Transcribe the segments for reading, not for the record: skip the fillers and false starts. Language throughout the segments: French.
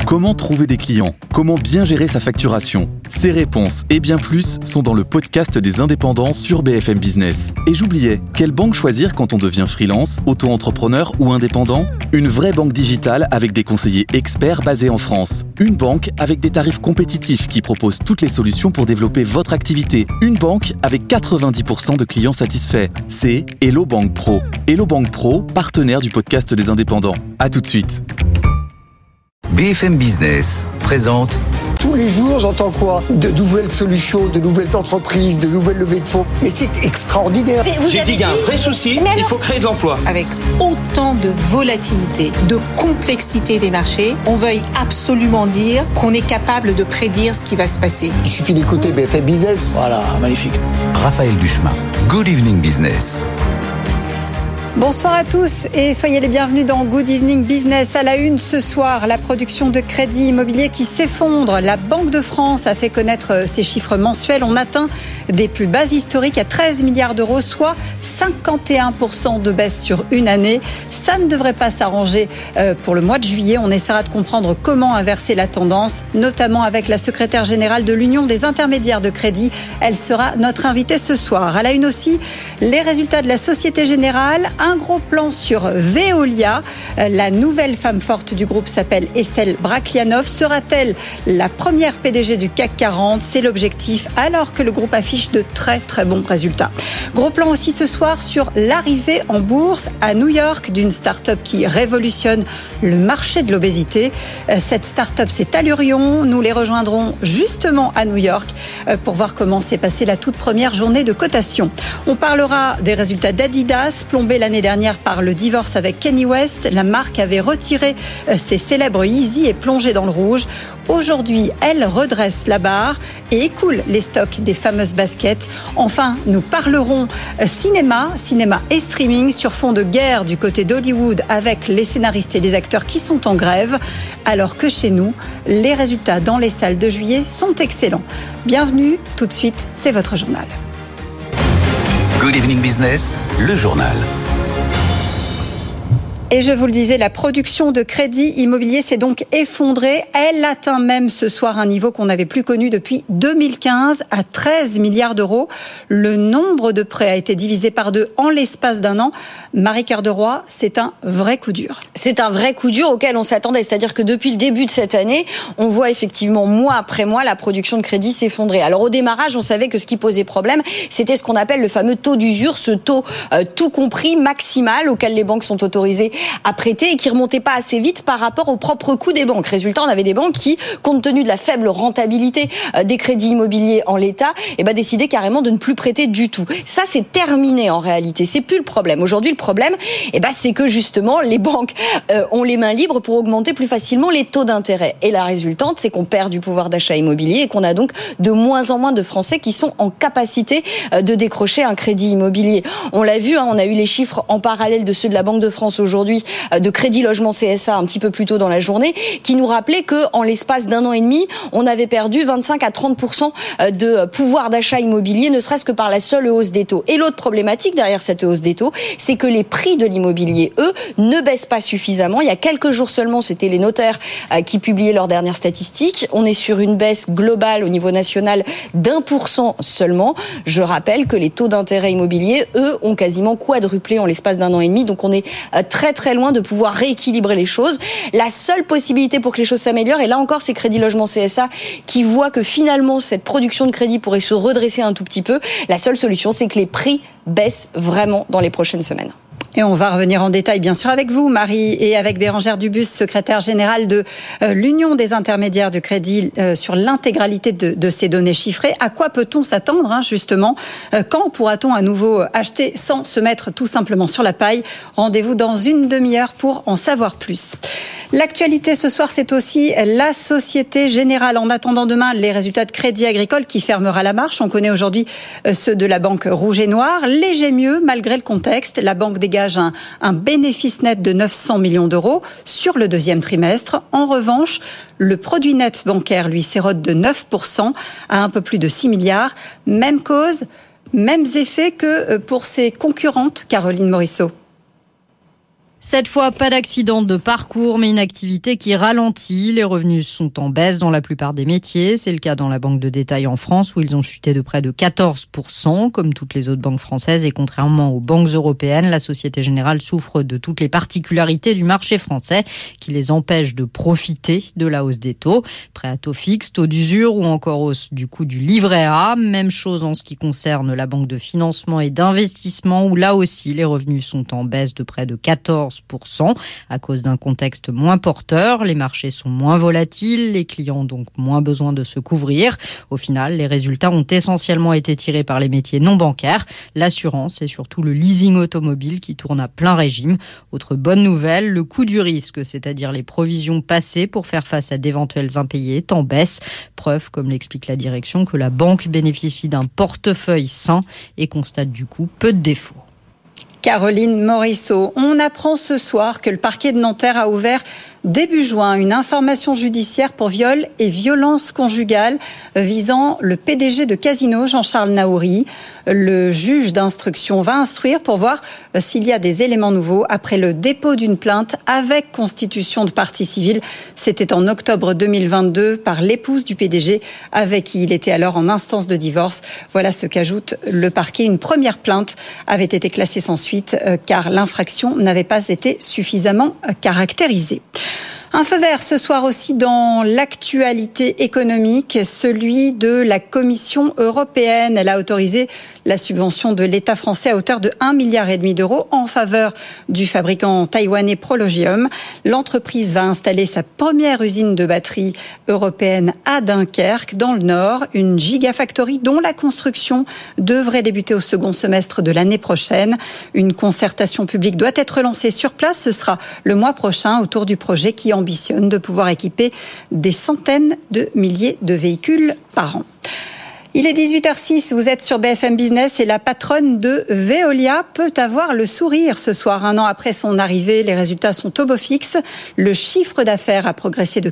Comment trouver des clients ? Comment bien gérer sa facturation ? Ces réponses et bien plus sont dans le podcast des indépendants sur BFM Business. Et j'oubliais, quelle banque choisir quand on devient freelance, auto-entrepreneur ou indépendant ? Une vraie banque digitale avec des conseillers experts basés en France. Une banque avec des tarifs compétitifs qui propose toutes les solutions pour développer votre activité. Une banque avec 90% de clients satisfaits. C'est Hello Bank Pro. Hello Bank Pro, partenaire du podcast des indépendants. À tout de suite. BFM Business présente. Tous les jours, j'entends quoi ? De nouvelles solutions, de nouvelles entreprises, de nouvelles levées de fonds. Mais c'est extraordinaire. J'ai dit qu'il y a un vrai souci, il faut créer de l'emploi. Avec autant de volatilité, de complexité des marchés, on veuille absolument dire qu'on est capable de prédire ce qui va se passer. Il suffit d'écouter BFM Business. Voilà, magnifique. Raphaël Duchemin. Good Evening Business. Bonsoir à tous et soyez les bienvenus dans Good Evening Business. À la une ce soir, la production de crédit immobilier qui s'effondre. La Banque de France a fait connaître ses chiffres mensuels. On atteint des plus bas historiques à 13 milliards d'euros, soit 51% de baisse sur une année. Ça ne devrait pas s'arranger pour le mois de juillet. On essaiera de comprendre comment inverser la tendance, notamment avec la secrétaire générale de l'Union des intermédiaires de crédit. Elle sera notre invitée ce soir. À la une aussi, les résultats de la Société Générale. Un gros plan sur Veolia. La nouvelle femme forte du groupe s'appelle Estelle Brachlianoff. Sera-t-elle la première PDG du CAC 40 ? C'est l'objectif, alors que le groupe affiche de très très bons résultats. Gros plan aussi ce soir sur l'arrivée en bourse à New York d'une start-up qui révolutionne le marché de l'obésité. Cette start-up, c'est Allurion. Nous les rejoindrons justement à New York pour voir comment s'est passée la toute première journée de cotation. On parlera des résultats d'Adidas, plombés l'année dernière par le divorce avec Kanye West. La marque avait retiré ses célèbres Yeezy et plongé dans le rouge. Aujourd'hui, elle redresse la barre et écoule les stocks des fameuses baskets. Enfin, nous parlerons cinéma et streaming sur fond de guerre du côté d'Hollywood avec les scénaristes et les acteurs qui sont en grève, alors que chez nous, les résultats dans les salles de juillet sont excellents. Bienvenue, tout de suite, c'est votre journal. Good Evening Business, le journal. Et je vous le disais, la production de crédit immobilier s'est donc effondrée. Elle atteint même ce soir un niveau qu'on n'avait plus connu depuis 2015 à 13 milliards d'euros. Le nombre de prêts a été divisé par 2 en l'espace d'un an. Marie Cœur de Roy, c'est un vrai coup dur. C'est un vrai coup dur auquel on s'attendait. C'est-à-dire que depuis le début de cette année, on voit effectivement mois après mois la production de crédit s'effondrer. Alors au démarrage, on savait que ce qui posait problème, c'était ce qu'on appelle le fameux taux d'usure, ce taux tout compris maximal auquel les banques sont autorisées à prêter et qui remontait pas assez vite par rapport au propre coût des banques. Résultat, on avait des banques qui, compte tenu de la faible rentabilité des crédits immobiliers en l'état, décidaient carrément de ne plus prêter du tout. Ça, c'est terminé en réalité. C'est plus le problème. Aujourd'hui, le problème, c'est que justement, les banques ont les mains libres pour augmenter plus facilement les taux d'intérêt. Et la résultante, c'est qu'on perd du pouvoir d'achat immobilier et qu'on a donc de moins en moins de Français qui sont en capacité de décrocher un crédit immobilier. On l'a vu, on a eu les chiffres en parallèle de ceux de la Banque de France aujourd'hui de Crédit Logement CSA un petit peu plus tôt dans la journée, qui nous rappelait qu'en l'espace d'un an et demi, on avait perdu 25 à 30% de pouvoir d'achat immobilier, ne serait-ce que par la seule hausse des taux. Et l'autre problématique derrière cette hausse des taux, c'est que les prix de l'immobilier, eux, ne baissent pas suffisamment. Il y a quelques jours seulement, c'était les notaires qui publiaient leurs dernières statistiques. On est sur une baisse globale au niveau national d'1% seulement. Je rappelle que les taux d'intérêt immobilier, eux, ont quasiment quadruplé en l'espace d'un an et demi. Donc on est très très loin de pouvoir rééquilibrer les choses. La seule possibilité pour que les choses s'améliorent, et là encore c'est Crédit Logement CSA qui voit que finalement cette production de crédit pourrait se redresser un tout petit peu, la seule solution c'est que les prix baissent vraiment dans les prochaines semaines. Et on va revenir en détail, bien sûr, avec vous, Marie, et avec Bérangère Dubus, secrétaire générale de l'Union des intermédiaires de crédit, sur l'intégralité de ces données chiffrées. À quoi peut-on s'attendre, justement ? Quand pourra-t-on à nouveau acheter sans se mettre tout simplement sur la paille ? Rendez-vous dans une demi-heure pour en savoir plus. L'actualité ce soir, c'est aussi la Société Générale. En attendant demain les résultats de Crédit Agricole qui fermera la marche. On connaît aujourd'hui ceux de la Banque Rouge et Noire. Léger mieux, malgré le contexte. La banque dégage un bénéfice net de 900 millions d'euros sur le deuxième trimestre. En revanche, le produit net bancaire, lui, s'érode de 9% à un peu plus de 6 milliards. Même cause, mêmes effets que pour ses concurrentes, Caroline Morisseau. Cette fois, pas d'accident de parcours, mais une activité qui ralentit. Les revenus sont en baisse dans la plupart des métiers. C'est le cas dans la banque de détail en France, où ils ont chuté de près de 14%, comme toutes les autres banques françaises. Et contrairement aux banques européennes, la Société Générale souffre de toutes les particularités du marché français, qui les empêchent de profiter de la hausse des taux. Prêt à taux fixe, taux d'usure ou encore hausse du coût du livret A. Même chose en ce qui concerne la banque de financement et d'investissement, où là aussi, les revenus sont en baisse de près de 14%. À cause d'un contexte moins porteur. Les marchés sont moins volatiles, les clients ont donc moins besoin de se couvrir. Au final, les résultats ont essentiellement été tirés par les métiers non bancaires, l'assurance et surtout le leasing automobile qui tourne à plein régime. Autre bonne nouvelle, le coût du risque, c'est-à-dire les provisions passées pour faire face à d'éventuels impayés, est en baisse. Preuve, comme l'explique la direction, que la banque bénéficie d'un portefeuille sain et constate du coup peu de défauts. Caroline Morisseau, on apprend ce soir que le parquet de Nanterre a ouvert début juin une information judiciaire pour viol et violence conjugale visant le PDG de Casino, Jean-Charles Naouri. Le juge d'instruction va instruire pour voir s'il y a des éléments nouveaux après le dépôt d'une plainte avec constitution de partie civile. C'était en octobre 2022 par l'épouse du PDG avec qui il était alors en instance de divorce. Voilà ce qu'ajoute le parquet. Une première plainte avait été classée sans suite car l'infraction n'avait pas été suffisamment caractérisée. Un feu vert ce soir aussi dans l'actualité économique, celui de la Commission européenne. Elle a autorisé la subvention de l'État français à hauteur de 1,5 milliard d'euros en faveur du fabricant taïwanais Prologium. L'entreprise va installer sa première usine de batterie européenne à Dunkerque, dans le Nord, une gigafactory dont la construction devrait débuter au second semestre de l'année prochaine. Une concertation publique doit être lancée sur place. Ce sera le mois prochain autour du projet qui ambitionne de pouvoir équiper des centaines de milliers de véhicules par an. Il est 18h06, vous êtes sur BFM Business et la patronne de Veolia peut avoir le sourire ce soir. 1 an après son arrivée, les résultats sont au beau fixe. Le chiffre d'affaires a progressé de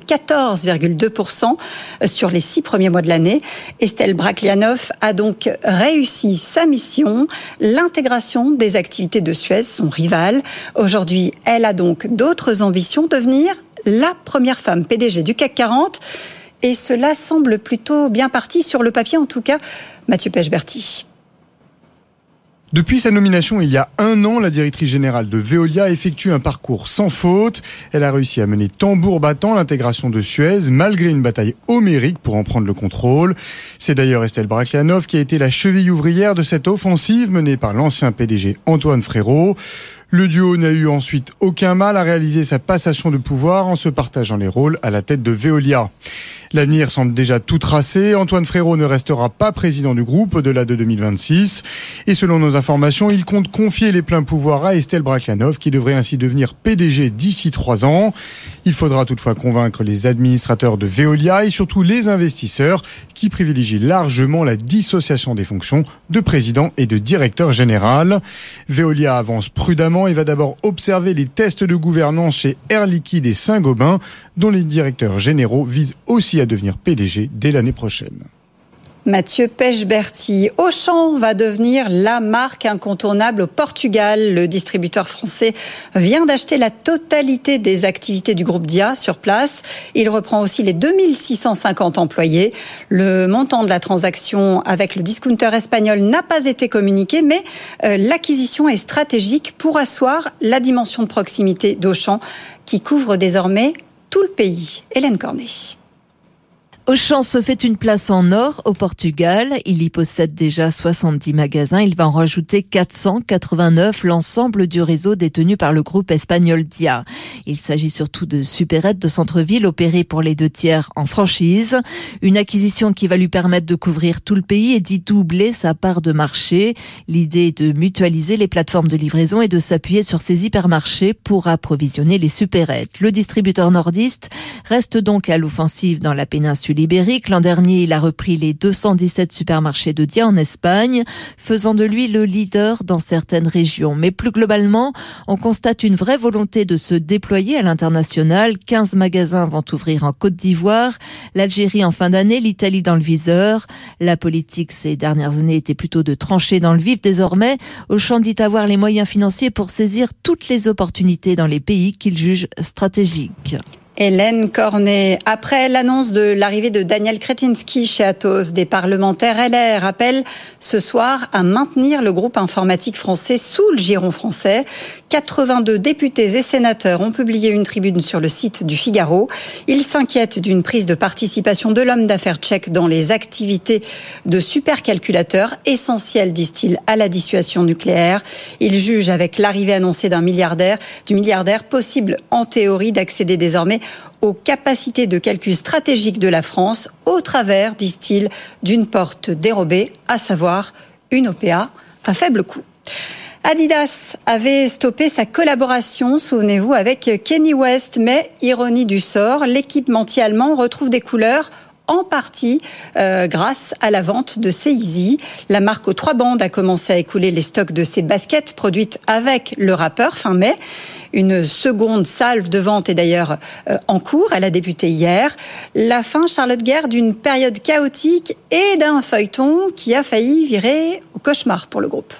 14,2% sur les 6 premiers mois de l'année. Estelle Brachlianoff a donc réussi sa mission, l'intégration des activités de Suez, son rival. Aujourd'hui, elle a donc d'autres ambitions, devenir la première femme PDG du CAC 40. Et cela semble plutôt bien parti sur le papier, en tout cas. Mathieu Pechberti. Depuis sa nomination il y a 1 an, la directrice générale de Veolia effectue un parcours sans faute. Elle a réussi à mener tambour battant l'intégration de Suez, malgré une bataille homérique pour en prendre le contrôle. C'est d'ailleurs Estelle Brachlianoff qui a été la cheville ouvrière de cette offensive menée par l'ancien PDG Antoine Frérot. Le duo n'a eu ensuite aucun mal à réaliser sa passation de pouvoir en se partageant les rôles à la tête de Veolia. L'avenir semble déjà tout tracé. Antoine Frérot ne restera pas président du groupe au-delà de 2026. Et selon nos informations, il compte confier les pleins pouvoirs à Estelle Brachlianoff, qui devrait ainsi devenir PDG d'ici 3 ans. Il faudra toutefois convaincre les administrateurs de Veolia et surtout les investisseurs qui privilégient largement la dissociation des fonctions de président et de directeur général. Veolia avance prudemment et va d'abord observer les tests de gouvernance chez Air Liquide et Saint-Gobain, dont les directeurs généraux visent aussi à devenir PDG dès l'année prochaine. Mathieu Pechberti. Auchan va devenir la marque incontournable au Portugal. Le distributeur français vient d'acheter la totalité des activités du groupe Dia sur place. Il reprend aussi les 2650 employés. Le montant de la transaction avec le discounter espagnol n'a pas été communiqué, mais l'acquisition est stratégique pour asseoir la dimension de proximité d'Auchan qui couvre désormais tout le pays. Hélène Cornet. Auchan se fait une place en or au Portugal. Il y possède déjà 70 magasins. Il va en rajouter 489, l'ensemble du réseau détenu par le groupe espagnol Dia. Il s'agit surtout de supérettes de centre-ville opérées pour les 2/3 en franchise. Une acquisition qui va lui permettre de couvrir tout le pays et d'y doubler sa part de marché. L'idée est de mutualiser les plateformes de livraison et de s'appuyer sur ces hypermarchés pour approvisionner les supérettes. Le distributeur nordiste reste donc à l'offensive dans la péninsule ibérique. L'an dernier, il a repris les 217 supermarchés de Dia en Espagne, faisant de lui le leader dans certaines régions. Mais plus globalement, on constate une vraie volonté de se déployer à l'international. 15 magasins vont ouvrir en Côte d'Ivoire, l'Algérie en fin d'année, l'Italie dans le viseur. La politique ces dernières années était plutôt de trancher dans le vif. Désormais, Auchan dit avoir les moyens financiers pour saisir toutes les opportunités dans les pays qu'il juge stratégiques. Hélène Cornet, après l'annonce de l'arrivée de Daniel Kretinsky chez Atos, des parlementaires LR appellent ce soir à maintenir le groupe informatique français sous le giron français. 82 députés et sénateurs ont publié une tribune sur le site du Figaro. Ils s'inquiètent d'une prise de participation de l'homme d'affaires tchèque dans les activités de supercalculateurs, essentielles, disent-ils, à la dissuasion nucléaire. Ils jugent avec l'arrivée annoncée du milliardaire possible en théorie d'accéder désormais aux capacités de calcul stratégiques de la France au travers, disent-ils, d'une porte dérobée, à savoir une OPA à faible coût. Adidas avait stoppé sa collaboration, souvenez-vous, avec Kanye West, mais ironie du sort, l'équipementier allemand retrouve des couleurs en partie grâce à la vente de ses Yeezy. La marque aux 3 bandes a commencé à écouler les stocks de ses baskets produites avec le rappeur fin mai. Une seconde salve de vente est d'ailleurs en cours. Elle a débuté hier. La fin, Charlotte Guerre, d'une période chaotique et d'un feuilleton qui a failli virer au cauchemar pour le groupe.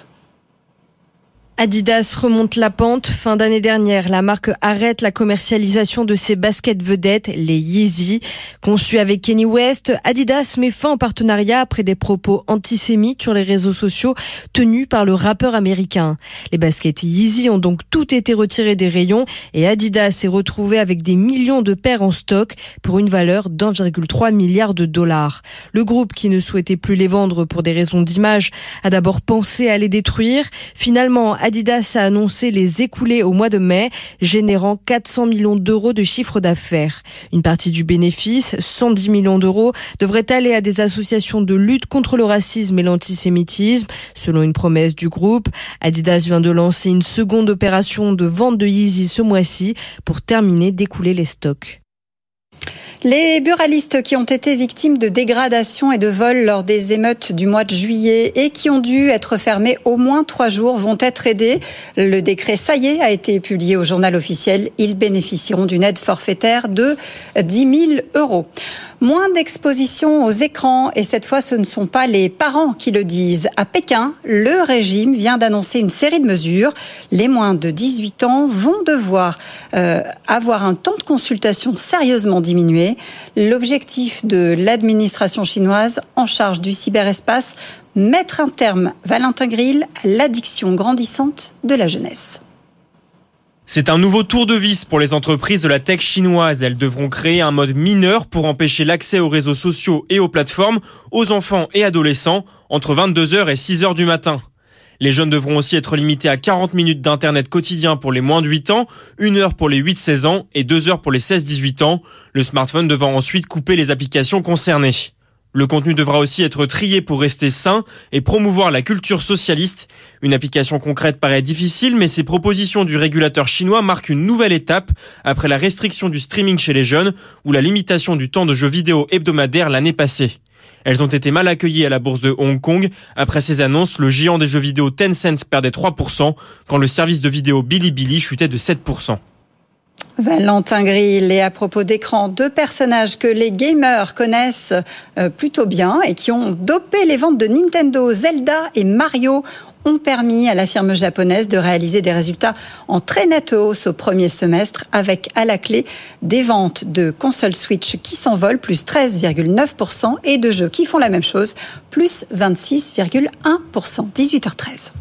Adidas remonte la pente. Fin d'année dernière, la marque arrête la commercialisation de ses baskets vedettes, les Yeezy. Conçues avec Kanye West, Adidas met fin au partenariat après des propos antisémites sur les réseaux sociaux tenus par le rappeur américain. Les baskets Yeezy ont donc toutes été retirées des rayons et Adidas s'est retrouvé avec des millions de paires en stock pour une valeur d'1,3 milliard de dollars. Le groupe, qui ne souhaitait plus les vendre pour des raisons d'image, a d'abord pensé à les détruire. Finalement, Adidas a annoncé les écouler au mois de mai, générant 400 millions d'euros de chiffre d'affaires. Une partie du bénéfice, 110 millions d'euros, devrait aller à des associations de lutte contre le racisme et l'antisémitisme. Selon une promesse du groupe, Adidas vient de lancer une seconde opération de vente de Yeezy ce mois-ci pour terminer d'écouler les stocks. Les buralistes qui ont été victimes de dégradations et de vols lors des émeutes du mois de juillet et qui ont dû être fermés au moins 3 jours vont être aidés. Le décret, ça y est, a été publié au journal officiel. Ils bénéficieront d'une aide forfaitaire de 10 000 euros. Moins d'exposition aux écrans, et cette fois, ce ne sont pas les parents qui le disent. À Pékin, le régime vient d'annoncer une série de mesures. Les moins de 18 ans vont devoir avoir un temps de consultation sérieusement diminué. L'objectif de l'administration chinoise en charge du cyberespace, mettre un terme, Valentin Grill, à l'addiction grandissante de la jeunesse. C'est un nouveau tour de vis pour les entreprises de la tech chinoise. Elles devront créer un mode mineur pour empêcher l'accès aux réseaux sociaux et aux plateformes aux enfants et adolescents entre 22h et 6h du matin. Les jeunes devront aussi être limités à 40 minutes d'internet quotidien pour les moins de 8 ans, 1 heure pour les 8-16 ans et 2 heures pour les 16-18 ans, le smartphone devant ensuite couper les applications concernées. Le contenu devra aussi être trié pour rester sain et promouvoir la culture socialiste. Une application concrète paraît difficile, mais ces propositions du régulateur chinois marquent une nouvelle étape après la restriction du streaming chez les jeunes ou la limitation du temps de jeux vidéo hebdomadaire l'année passée. Elles ont été mal accueillies à la bourse de Hong Kong. Après ces annonces, le géant des jeux vidéo Tencent perdait 3%, quand le service de vidéo Bilibili chutait de 7%. Valentin Grill, et à propos d'écran, 2 personnages que les gamers connaissent plutôt bien et qui ont dopé les ventes de Nintendo, Zelda et Mario, ont permis à la firme japonaise de réaliser des résultats en très nette hausse au premier semestre, avec à la clé des ventes de consoles Switch qui s'envolent, plus 13,9%, et de jeux qui font la même chose, plus 26,1%. 18h13.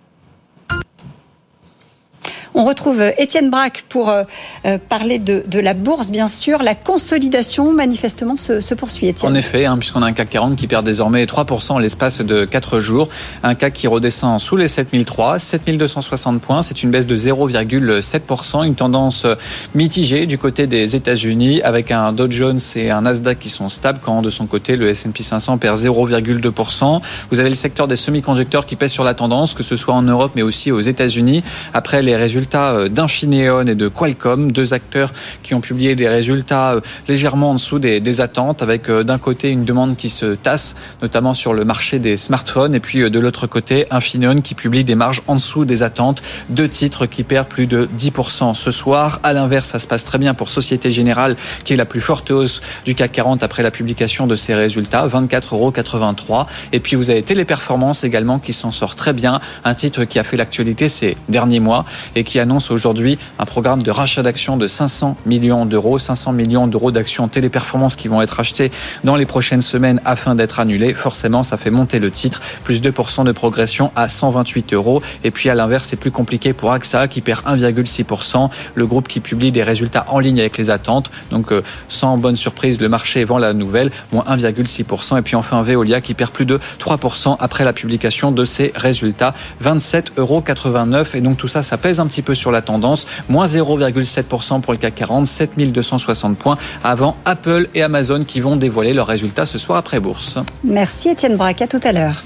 On retrouve Étienne Braque pour parler de la bourse, bien sûr. La consolidation, manifestement, se poursuit, Étienne. En effet, puisqu'on a un CAC 40 qui perd désormais 3% en l'espace de 4 jours. Un CAC qui redescend sous les 7003, 7260 points. C'est une baisse de 0,7%. Une tendance mitigée du côté des États-Unis, avec un Dow Jones et un Nasdaq qui sont stables, quand de son côté, le S&P 500 perd 0,2%. Vous avez le secteur des semi-conducteurs qui pèse sur la tendance, que ce soit en Europe, mais aussi aux États-Unis. Après les résultats résultats d'Infineon et de Qualcomm, deux acteurs qui ont publié des résultats légèrement en dessous des attentes, avec d'un côté une demande qui se tasse, notamment sur le marché des smartphones, et puis de l'autre côté Infineon qui publie des marges en dessous des attentes, deux titres qui perdent plus de 10% ce soir. À l'inverse, ça se passe très bien pour Société Générale, qui est la plus forte hausse du CAC 40 après la publication de ses résultats, 24,83 €. Et puis vous avez Téléperformance également qui s'en sort très bien, un titre qui a fait l'actualité ces derniers mois et qui annonce aujourd'hui un programme de rachat d'actions de 500 millions d'euros, 500 millions d'euros d'actions Téléperformance qui vont être achetées dans les prochaines semaines afin d'être annulées. Forcément, ça fait monter le titre, plus 2% de progression à 128 €. Et puis à l'inverse, c'est plus compliqué pour AXA qui perd 1,6%, le groupe qui publie des résultats en ligne avec les attentes. Donc sans bonne surprise, le marché vend la nouvelle, moins 1,6%. Et puis enfin Veolia qui perd plus de 3% après la publication de ses résultats, 27,89 €. Et donc tout ça, ça pèse un petit peu sur la tendance, moins 0,7% pour le CAC 40, 7260 points, avant Apple et Amazon qui vont dévoiler leurs résultats ce soir après bourse. Merci Étienne Braque, à tout à l'heure.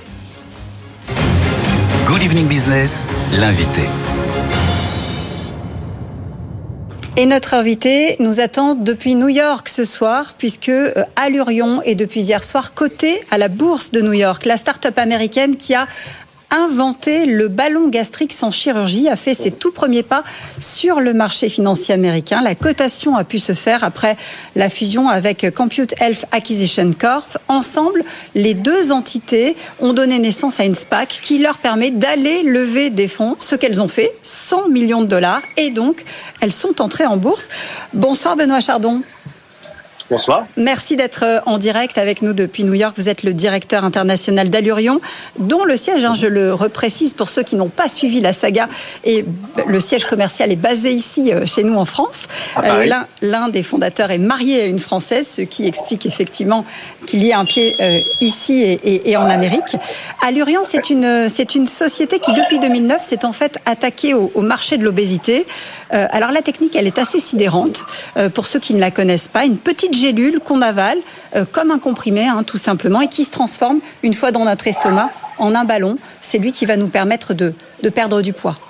Good Evening Business, l'invité. Et notre invité nous attend depuis New York ce soir, puisque Allurion est depuis hier soir coté à la bourse de New York. La start-up américaine qui a inventé le ballon gastrique sans chirurgie a fait ses tout premiers pas sur le marché financier américain. La cotation a pu se faire après la fusion avec Compute Health Acquisition Corp. Ensemble, les deux entités ont donné naissance à une SPAC qui leur permet d'aller lever des fonds, ce qu'elles ont fait, 100 millions $, et donc elles sont entrées en bourse. Bonsoir Benoît Chardon. Bonsoir. Merci d'être en direct avec nous depuis New York. Vous êtes le directeur international d'Allurion, dont le siège, je le reprécise pour ceux qui n'ont pas suivi la saga, et le siège commercial est basé ici, chez nous en France. L'un des fondateurs est marié à une Française, ce qui explique effectivement qu'il y ait un pied ici et en Amérique. Allurion, c'est une société qui, depuis 2009, s'est en fait attaquée au marché de l'obésité. Alors la technique, elle est assez sidérante. Pour ceux qui ne la connaissent pas, une petite gélule qu'on avale comme un comprimé, tout simplement, et qui se transforme une fois dans notre estomac en un ballon. C'est lui qui va nous permettre de perdre du poids.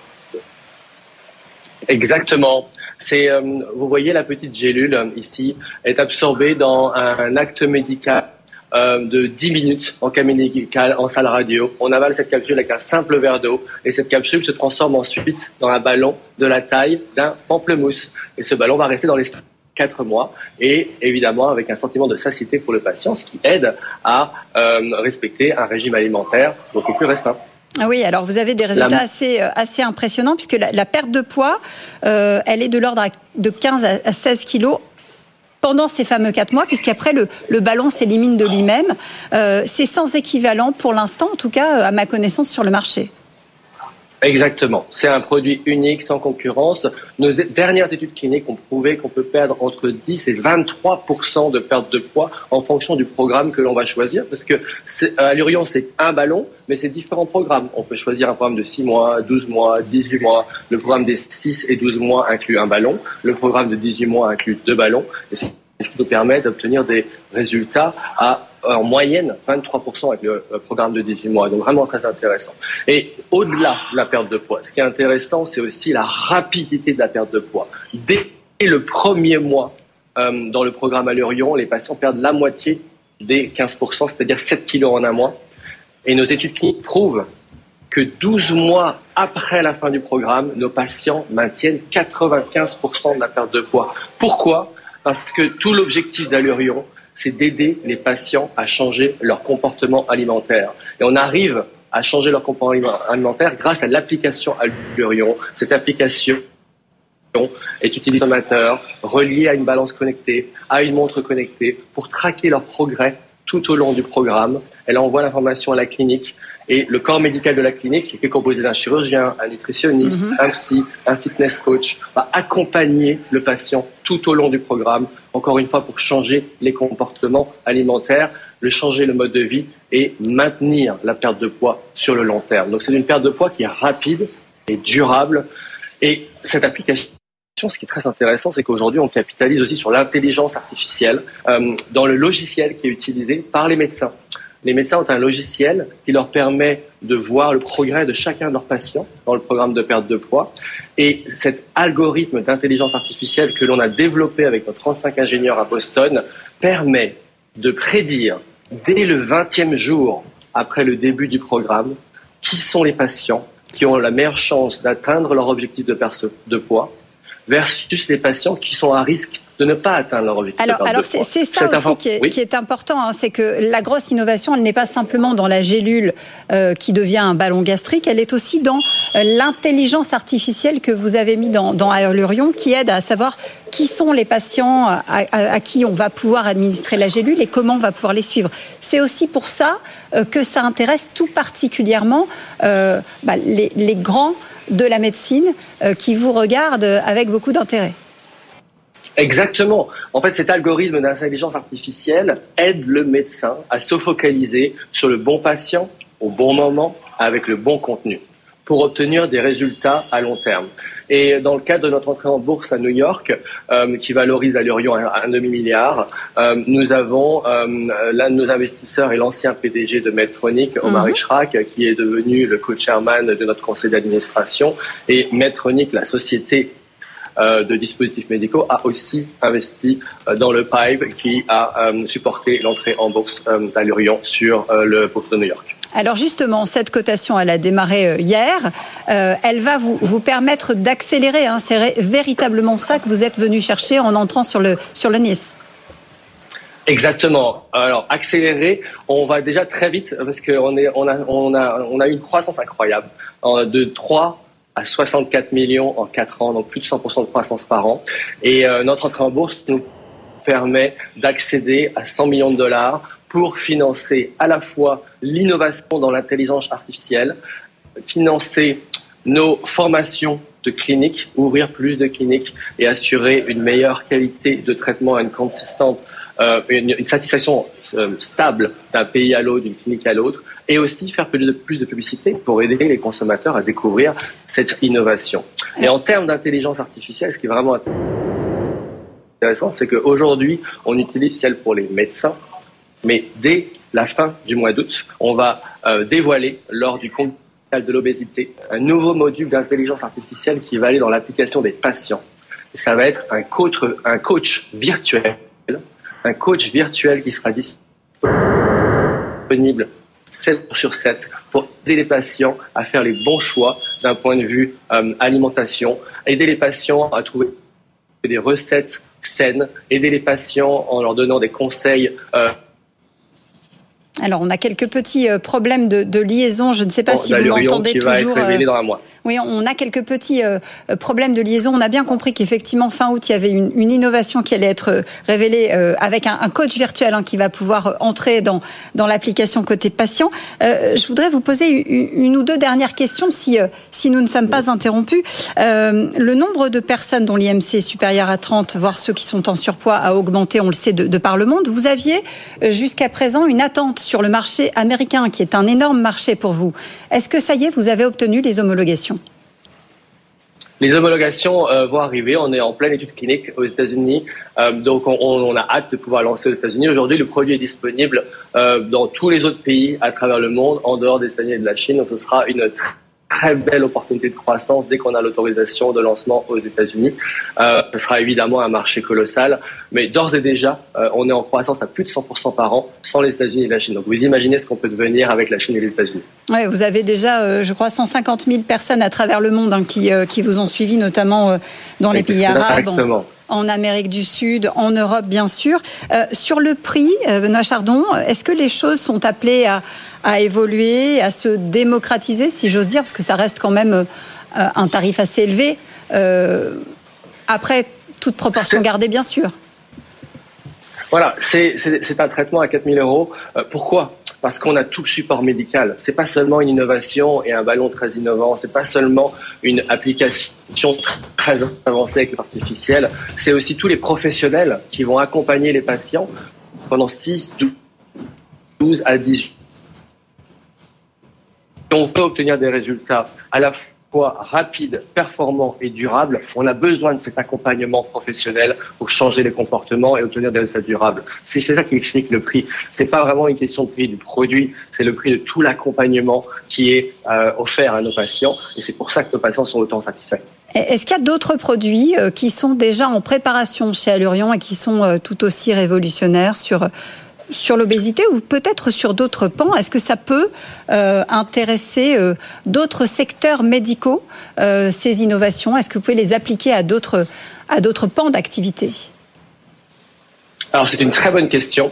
Exactement. Vous voyez la petite gélule ici est absorbée dans un acte médical de 10 minutes en cas médical, en salle radio. On avale cette capsule avec un simple verre d'eau et cette capsule se transforme ensuite dans un ballon de la taille d'un pamplemousse. Et ce ballon va rester dans les 4 mois et évidemment avec un sentiment de satiété pour le patient, ce qui aide à respecter un régime alimentaire beaucoup plus restreint. Ah oui, alors vous avez des résultats assez impressionnants puisque la perte de poids, elle est de l'ordre de 15 à 16 kilos pendant ces fameux 4 mois, puisqu'après le ballon s'élimine de lui-même. C'est sans équivalent pour l'instant, en tout cas à ma connaissance, sur le marché. Exactement. C'est un produit unique, sans concurrence. Nos dernières études cliniques ont prouvé qu'on peut perdre entre 10 et 23% de perte de poids en fonction du programme que l'on va choisir. Parce que Allurion, c'est un ballon, mais c'est différents programmes. On peut choisir un programme de 6 mois, 12 mois, 18 mois. Le programme des 6 et 12 mois inclut un ballon. Le programme de 18 mois inclut 2 ballons. Et ce qui nous permet d'obtenir des résultats en moyenne 23% avec le programme de 18 mois. Donc vraiment très intéressant. Et au-delà de la perte de poids, ce qui est intéressant, c'est aussi la rapidité de la perte de poids. Dès le premier mois dans le programme Allurion, les patients perdent la moitié des 15%, c'est-à-dire 7 kilos en un mois. Et nos études cliniques prouvent que 12 mois après la fin du programme, nos patients maintiennent 95% de la perte de poids. Pourquoi ? Parce que tout l'objectif d'Allurion, c'est d'aider les patients à changer leur comportement alimentaire. Et on arrive à changer leur comportement alimentaire grâce à l'application Allurion. Cette application est utilisée par les consommateurs, reliée à une balance connectée, à une montre connectée, pour traquer leur progrès tout au long du programme. Elle envoie l'information à la clinique. Et le corps médical de la clinique, qui est composé d'un chirurgien, un nutritionniste, un psy, un fitness coach, va accompagner le patient tout au long du programme, encore une fois pour changer les comportements alimentaires, changer le mode de vie et maintenir la perte de poids sur le long terme. Donc c'est une perte de poids qui est rapide et durable. Et cette application, ce qui est très intéressant, c'est qu'aujourd'hui on capitalise aussi sur l'intelligence artificielle dans le logiciel qui est utilisé par les médecins. Les médecins ont un logiciel qui leur permet de voir le progrès de chacun de leurs patients dans le programme de perte de poids. Et cet algorithme d'intelligence artificielle que l'on a développé avec nos 35 ingénieurs à Boston permet de prédire dès le 20e jour après le début du programme qui sont les patients qui ont la meilleure chance d'atteindre leur objectif de perte de poids versus les patients qui sont à risque de ne pas atteindre leur objectif de perte de poids. Alors c'est ça aussi qui est important, hein, c'est que la grosse innovation, elle n'est pas simplement dans la gélule qui devient un ballon gastrique, elle est aussi dans l'intelligence artificielle que vous avez mis dans Allurion, qui aide à savoir qui sont les patients à qui on va pouvoir administrer la gélule et comment on va pouvoir les suivre. C'est aussi pour ça que ça intéresse tout particulièrement les grands de la médecine qui vous regardent avec beaucoup d'intérêt. Exactement. En fait, cet algorithme d'intelligence artificielle aide le médecin à se focaliser sur le bon patient, au bon moment, avec le bon contenu, pour obtenir des résultats à long terme. Et dans le cadre de notre entrée en bourse à New York, qui valorise Allurion à un demi-milliard, nous avons l'un de nos investisseurs et l'ancien PDG de Medtronic, Omar Ishrak, qui est devenu le co-chairman de notre conseil d'administration. Et Medtronic, la société de dispositifs médicaux, a aussi investi dans le PIPE qui a supporté l'entrée en bourse d'Allurion sur le bourse de New York. Alors justement, cette cotation, elle a démarré hier. Elle va vous permettre d'accélérer. Hein. C'est véritablement ça que vous êtes venu chercher en entrant sur le Nice. Exactement. Alors accélérer, on va déjà très vite parce qu'on a eu une croissance incroyable de 3 à 64 millions en 4 ans, donc plus de 100% de croissance par an. Et notre entrée en bourse nous permet d'accéder à 100 millions de dollars pour financer à la fois l'innovation dans l'intelligence artificielle, financer nos formations de cliniques, ouvrir plus de cliniques et assurer une meilleure qualité de traitement, une satisfaction stable d'un pays à l'autre, d'une clinique à l'autre, et aussi faire plus de publicité pour aider les consommateurs à découvrir cette innovation. Et en termes d'intelligence artificielle, ce qui est vraiment intéressant, c'est qu'aujourd'hui, on utilise celle pour les médecins, mais dès la fin du mois d'août, on va dévoiler lors du congrès de l'obésité un nouveau module d'intelligence artificielle qui va aller dans l'application des patients. Et ça va être un coach virtuel qui sera disponible 7 jours sur 7 pour aider les patients à faire les bons choix d'un point de vue alimentation, aider les patients à trouver des recettes saines, aider les patients en leur donnant des conseils. Alors, on a quelques petits problèmes de liaison. Je ne sais pas si vous m'entendez toujours. Va être révélé dans un mois. Oui, on a quelques petits problèmes de liaison. On a bien compris qu'effectivement, fin août, il y avait une innovation qui allait être révélée avec un coach virtuel qui va pouvoir entrer dans l'application côté patient. Je voudrais vous poser une ou deux dernières questions si nous ne sommes pas interrompus. Le nombre de personnes dont l'IMC est supérieur à 30, voire ceux qui sont en surpoids, a augmenté, on le sait, de par le monde. Vous aviez jusqu'à présent une attente sur le marché américain, qui est un énorme marché pour vous. Est-ce que ça y est, vous avez obtenu les homologations ? Les homologations vont arriver. On est en pleine étude clinique aux États-Unis, donc on a hâte de pouvoir lancer aux États-Unis. Aujourd'hui, le produit est disponible dans tous les autres pays à travers le monde, en dehors des États-Unis et de la Chine. Donc, ce sera une très belle opportunité de croissance dès qu'on a l'autorisation de lancement aux États-Unis. Ce sera évidemment un marché colossal, mais d'ores et déjà, on est en croissance à plus de 100% par an sans les États-Unis et la Chine. Donc vous imaginez ce qu'on peut devenir avec la Chine et les États-Unis. Ouais, vous avez déjà, je crois, 150 000 personnes à travers le monde qui vous ont suivi, notamment dans les pays arabes. En Amérique du Sud, en Europe, bien sûr. Sur le prix, Benoît Chardon, est-ce que les choses sont appelées à évoluer, à se démocratiser, si j'ose dire, parce que ça reste quand même un tarif assez élevé, après toute proportion gardée, bien sûr. Voilà, c'est un traitement à 4 000 euros. Pourquoi ? Parce qu'on a tout le support médical. C'est pas seulement une innovation et un ballon très innovant. C'est pas seulement une application très avancée avec l'artificiel. C'est aussi tous les professionnels qui vont accompagner les patients pendant 6, 12 à 10 jours. On peut obtenir des résultats à la rapide, performant et durable, on a besoin de cet accompagnement professionnel pour changer les comportements et obtenir des résultats durables. C'est ça qui explique le prix. C'est pas vraiment une question de prix du produit, c'est le prix de tout l'accompagnement qui est offert à nos patients et c'est pour ça que nos patients sont autant satisfaits. Est-ce qu'il y a d'autres produits qui sont déjà en préparation chez Allurion et qui sont tout aussi révolutionnaires sur l'obésité ou peut-être sur d'autres pans? Est-ce que ça peut intéresser d'autres secteurs médicaux, ces innovations? Est-ce que vous pouvez les appliquer à d'autres pans d'activité? Alors c'est une très bonne question.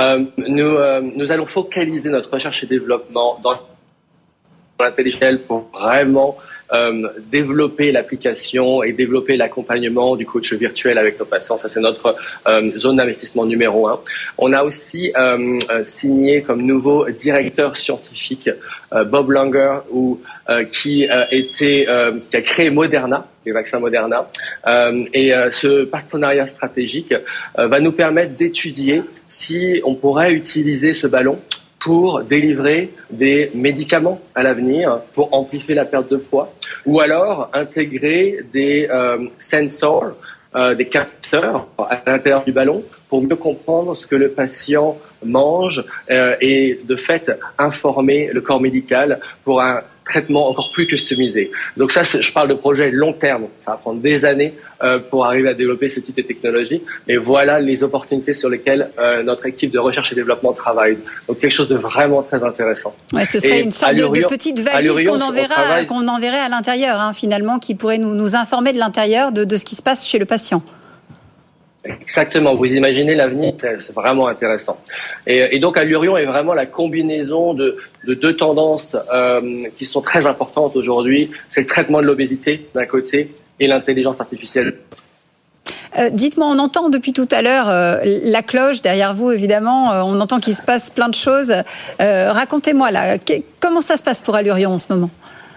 Nous allons focaliser notre recherche et développement dans l'intelligence pour vraiment développer l'application et développer l'accompagnement du coach virtuel avec nos patients. Ça, c'est notre zone d'investissement numéro 1. On a aussi signé comme nouveau directeur scientifique Bob Langer, qui a créé Moderna, les vaccins Moderna. Et ce partenariat stratégique va nous permettre d'étudier si on pourrait utiliser ce ballon pour délivrer des médicaments à l'avenir, pour amplifier la perte de poids, ou alors intégrer des sensors, des capteurs à l'intérieur du ballon pour mieux comprendre ce que le patient mange et de fait informer le corps médical pour un traitement encore plus customisé. Donc ça, je parle de projet long terme. Ça va prendre des années pour arriver à développer ce type de technologie. Mais voilà les opportunités sur lesquelles notre équipe de recherche et développement travaille. Donc quelque chose de vraiment très intéressant. Ouais, ce serait une sorte de petite valise qu'on enverrait à l'intérieur, finalement, qui pourrait nous informer de l'intérieur de ce qui se passe chez le patient. Exactement, vous imaginez l'avenir, c'est vraiment intéressant. Et donc Allurion est vraiment la combinaison de deux tendances qui sont très importantes aujourd'hui. C'est le traitement de l'obésité d'un côté et l'intelligence artificielle. Dites-moi, on entend depuis tout à l'heure la cloche derrière vous, évidemment. On entend qu'il se passe plein de choses. Racontez-moi, là, comment ça se passe pour Allurion en ce moment ?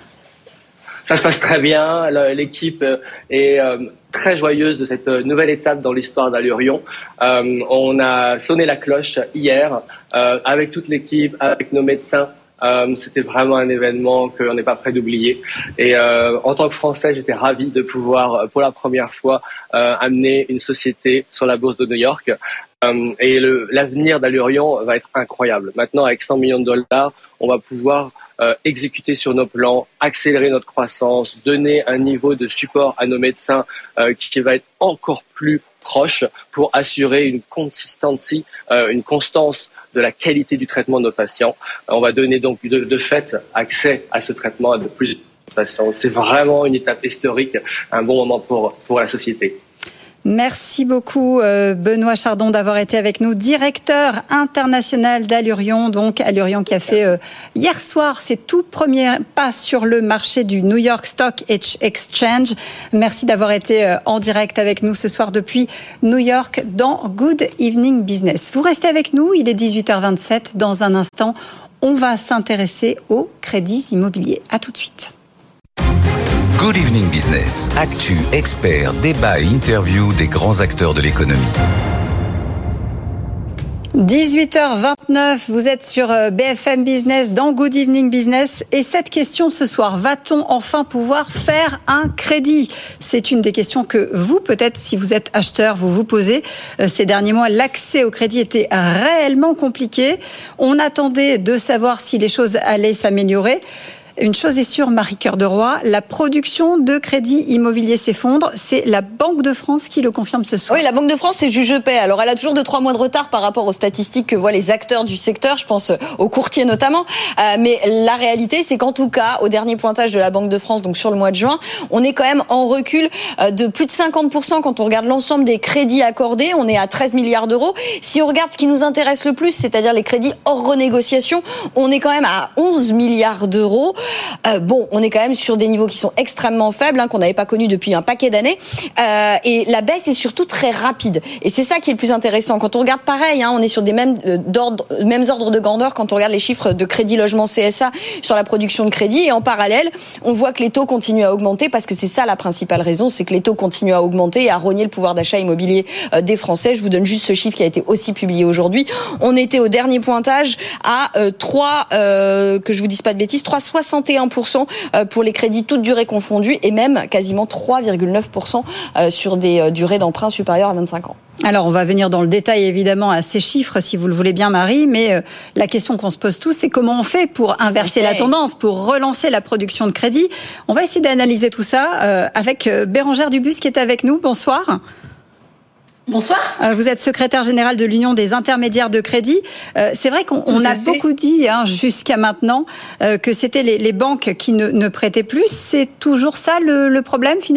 Ça se passe très bien. L'équipe est très joyeuse de cette nouvelle étape dans l'histoire d'Allurion. On a sonné la cloche hier avec toute l'équipe, avec nos médecins. C'était vraiment un événement qu'on n'est pas prêt d'oublier. Et en tant que Français, j'étais ravi de pouvoir, pour la première fois, amener une société sur la bourse de New York. Et l'avenir d'Allurion va être incroyable. Maintenant, avec 100 millions de dollars, on va pouvoir exécuter sur nos plans, accélérer notre croissance, donner un niveau de support à nos médecins qui va être encore plus proche pour assurer une consistency, une constance de la qualité du traitement de nos patients. On va donner donc de fait accès à ce traitement à de plus de patients. C'est vraiment une étape historique, un bon moment pour la société. Merci beaucoup Benoît Chardon d'avoir été avec nous, directeur international d'Allurion. Donc Allurion qui a fait hier soir ses tout premiers pas sur le marché du New York Stock Exchange. Merci d'avoir été en direct avec nous ce soir depuis New York dans Good Evening Business. Vous restez avec nous, il est 18h27. Dans un instant, on va s'intéresser aux crédits immobiliers. À tout de suite. Good Evening Business. Actu, experts, débat et interview des grands acteurs de l'économie. 18h29, vous êtes sur BFM Business dans Good Evening Business et cette question ce soir, va-t-on enfin pouvoir faire un crédit ? C'est une des questions que vous, peut-être si vous êtes acheteur, vous posez. Ces derniers mois, l'accès au crédit était réellement compliqué. On attendait de savoir si les choses allaient s'améliorer. Une chose est sûre, Marie-Cœur de Roy, la production de crédit immobilier s'effondre. C'est la Banque de France qui le confirme ce soir. Oui, la Banque de France, c'est juge paix. Alors, elle a toujours 2-3 mois de retard par rapport aux statistiques que voient les acteurs du secteur. Je pense aux courtiers notamment. Mais la réalité, c'est qu'en tout cas, au dernier pointage de la Banque de France, donc sur le mois de juin, on est quand même en recul de plus de 50% quand on regarde l'ensemble des crédits accordés. On est à 13 milliards d'euros. Si on regarde ce qui nous intéresse le plus, c'est-à-dire les crédits hors renégociation, on est quand même à 11 milliards d'euros. On est quand même sur des niveaux qui sont extrêmement faibles, qu'on n'avait pas connus depuis un paquet d'années. Et la baisse est surtout très rapide. Et c'est ça qui est le plus intéressant. Quand on regarde pareil, on est sur des mêmes ordres de grandeur quand on regarde les chiffres de crédit logement CSA sur la production de crédit. Et en parallèle, on voit que les taux continuent à augmenter parce que c'est ça la principale raison, c'est que les taux continuent à augmenter et à rogner le pouvoir d'achat immobilier des Français. Je vous donne juste ce chiffre qui a été aussi publié aujourd'hui. On était au dernier pointage à 3,70 61% pour les crédits toutes durées confondues et même quasiment 3,9% sur des durées d'emprunt supérieures à 25 ans. Alors, on va venir dans le détail, évidemment, à ces chiffres, si vous le voulez bien, Marie, mais la question qu'on se pose tous, c'est comment on fait pour inverser la tendance, pour relancer la production de crédit. On va essayer d'analyser tout ça avec Bérengère Dubus qui est avec nous. Bonsoir. Bonsoir. Vous êtes secrétaire générale de l'Union des intermédiaires de crédit. C'est vrai qu'on a beaucoup dit jusqu'à maintenant que c'était les banques qui ne prêtaient plus. C'est toujours ça le problème finalement ?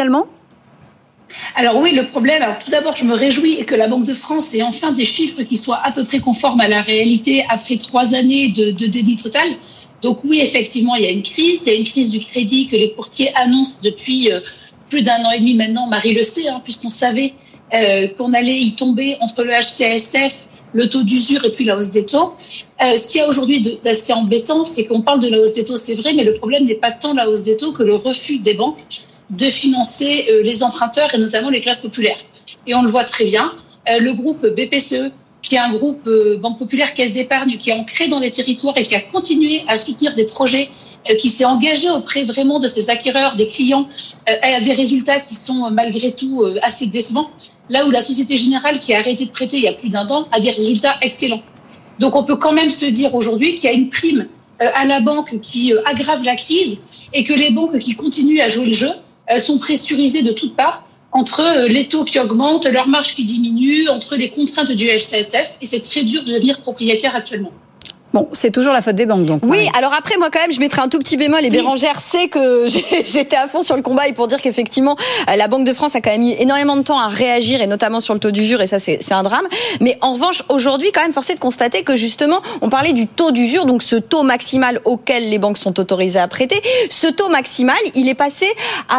Alors oui, le problème, tout d'abord, je me réjouis que la Banque de France ait enfin des chiffres qui soient à peu près conformes à la réalité après 3 années de déni total. Donc oui, effectivement, il y a une crise. Il y a une crise du crédit que les courtiers annoncent depuis plus d'1 an et demi maintenant. Marie le sait, puisqu'on savait qu'on allait y tomber entre le HCSF, le taux d'usure et puis la hausse des taux. Ce qu'il y a aujourd'hui d'assez embêtant, c'est qu'on parle de la hausse des taux, c'est vrai, mais le problème n'est pas tant la hausse des taux que le refus des banques de financer les emprunteurs et notamment les classes populaires. Et on le voit très bien. Le groupe BPCE, qui est un groupe Banque Populaire Caisse d'Épargne, qui est ancré dans les territoires et qui a continué à soutenir des projets, qui s'est engagé auprès vraiment de ses acquéreurs, des clients, à des résultats qui sont malgré tout assez décevants. Là où la Société Générale, qui a arrêté de prêter il y a plus d'1 an, a des résultats excellents. Donc on peut quand même se dire aujourd'hui qu'il y a une prime à la banque qui aggrave la crise et que les banques qui continuent à jouer le jeu sont pressurisées de toutes parts entre les taux qui augmentent, leurs marges qui diminuent, entre les contraintes du HCSF, et c'est très dur de devenir propriétaire actuellement. Bon, c'est toujours la faute des banques, donc. Oui, alors après, moi, quand même, je mettrai un tout petit bémol. Et Bérengère sait que j'étais à fond sur le combat et pour dire qu'effectivement, la Banque de France a quand même mis énormément de temps à réagir et notamment sur le taux d'usure et ça, c'est un drame. Mais en revanche, aujourd'hui, quand même, force est de constater que justement, on parlait du taux d'usure, donc ce taux maximal auquel les banques sont autorisées à prêter. Ce taux maximal, il est passé à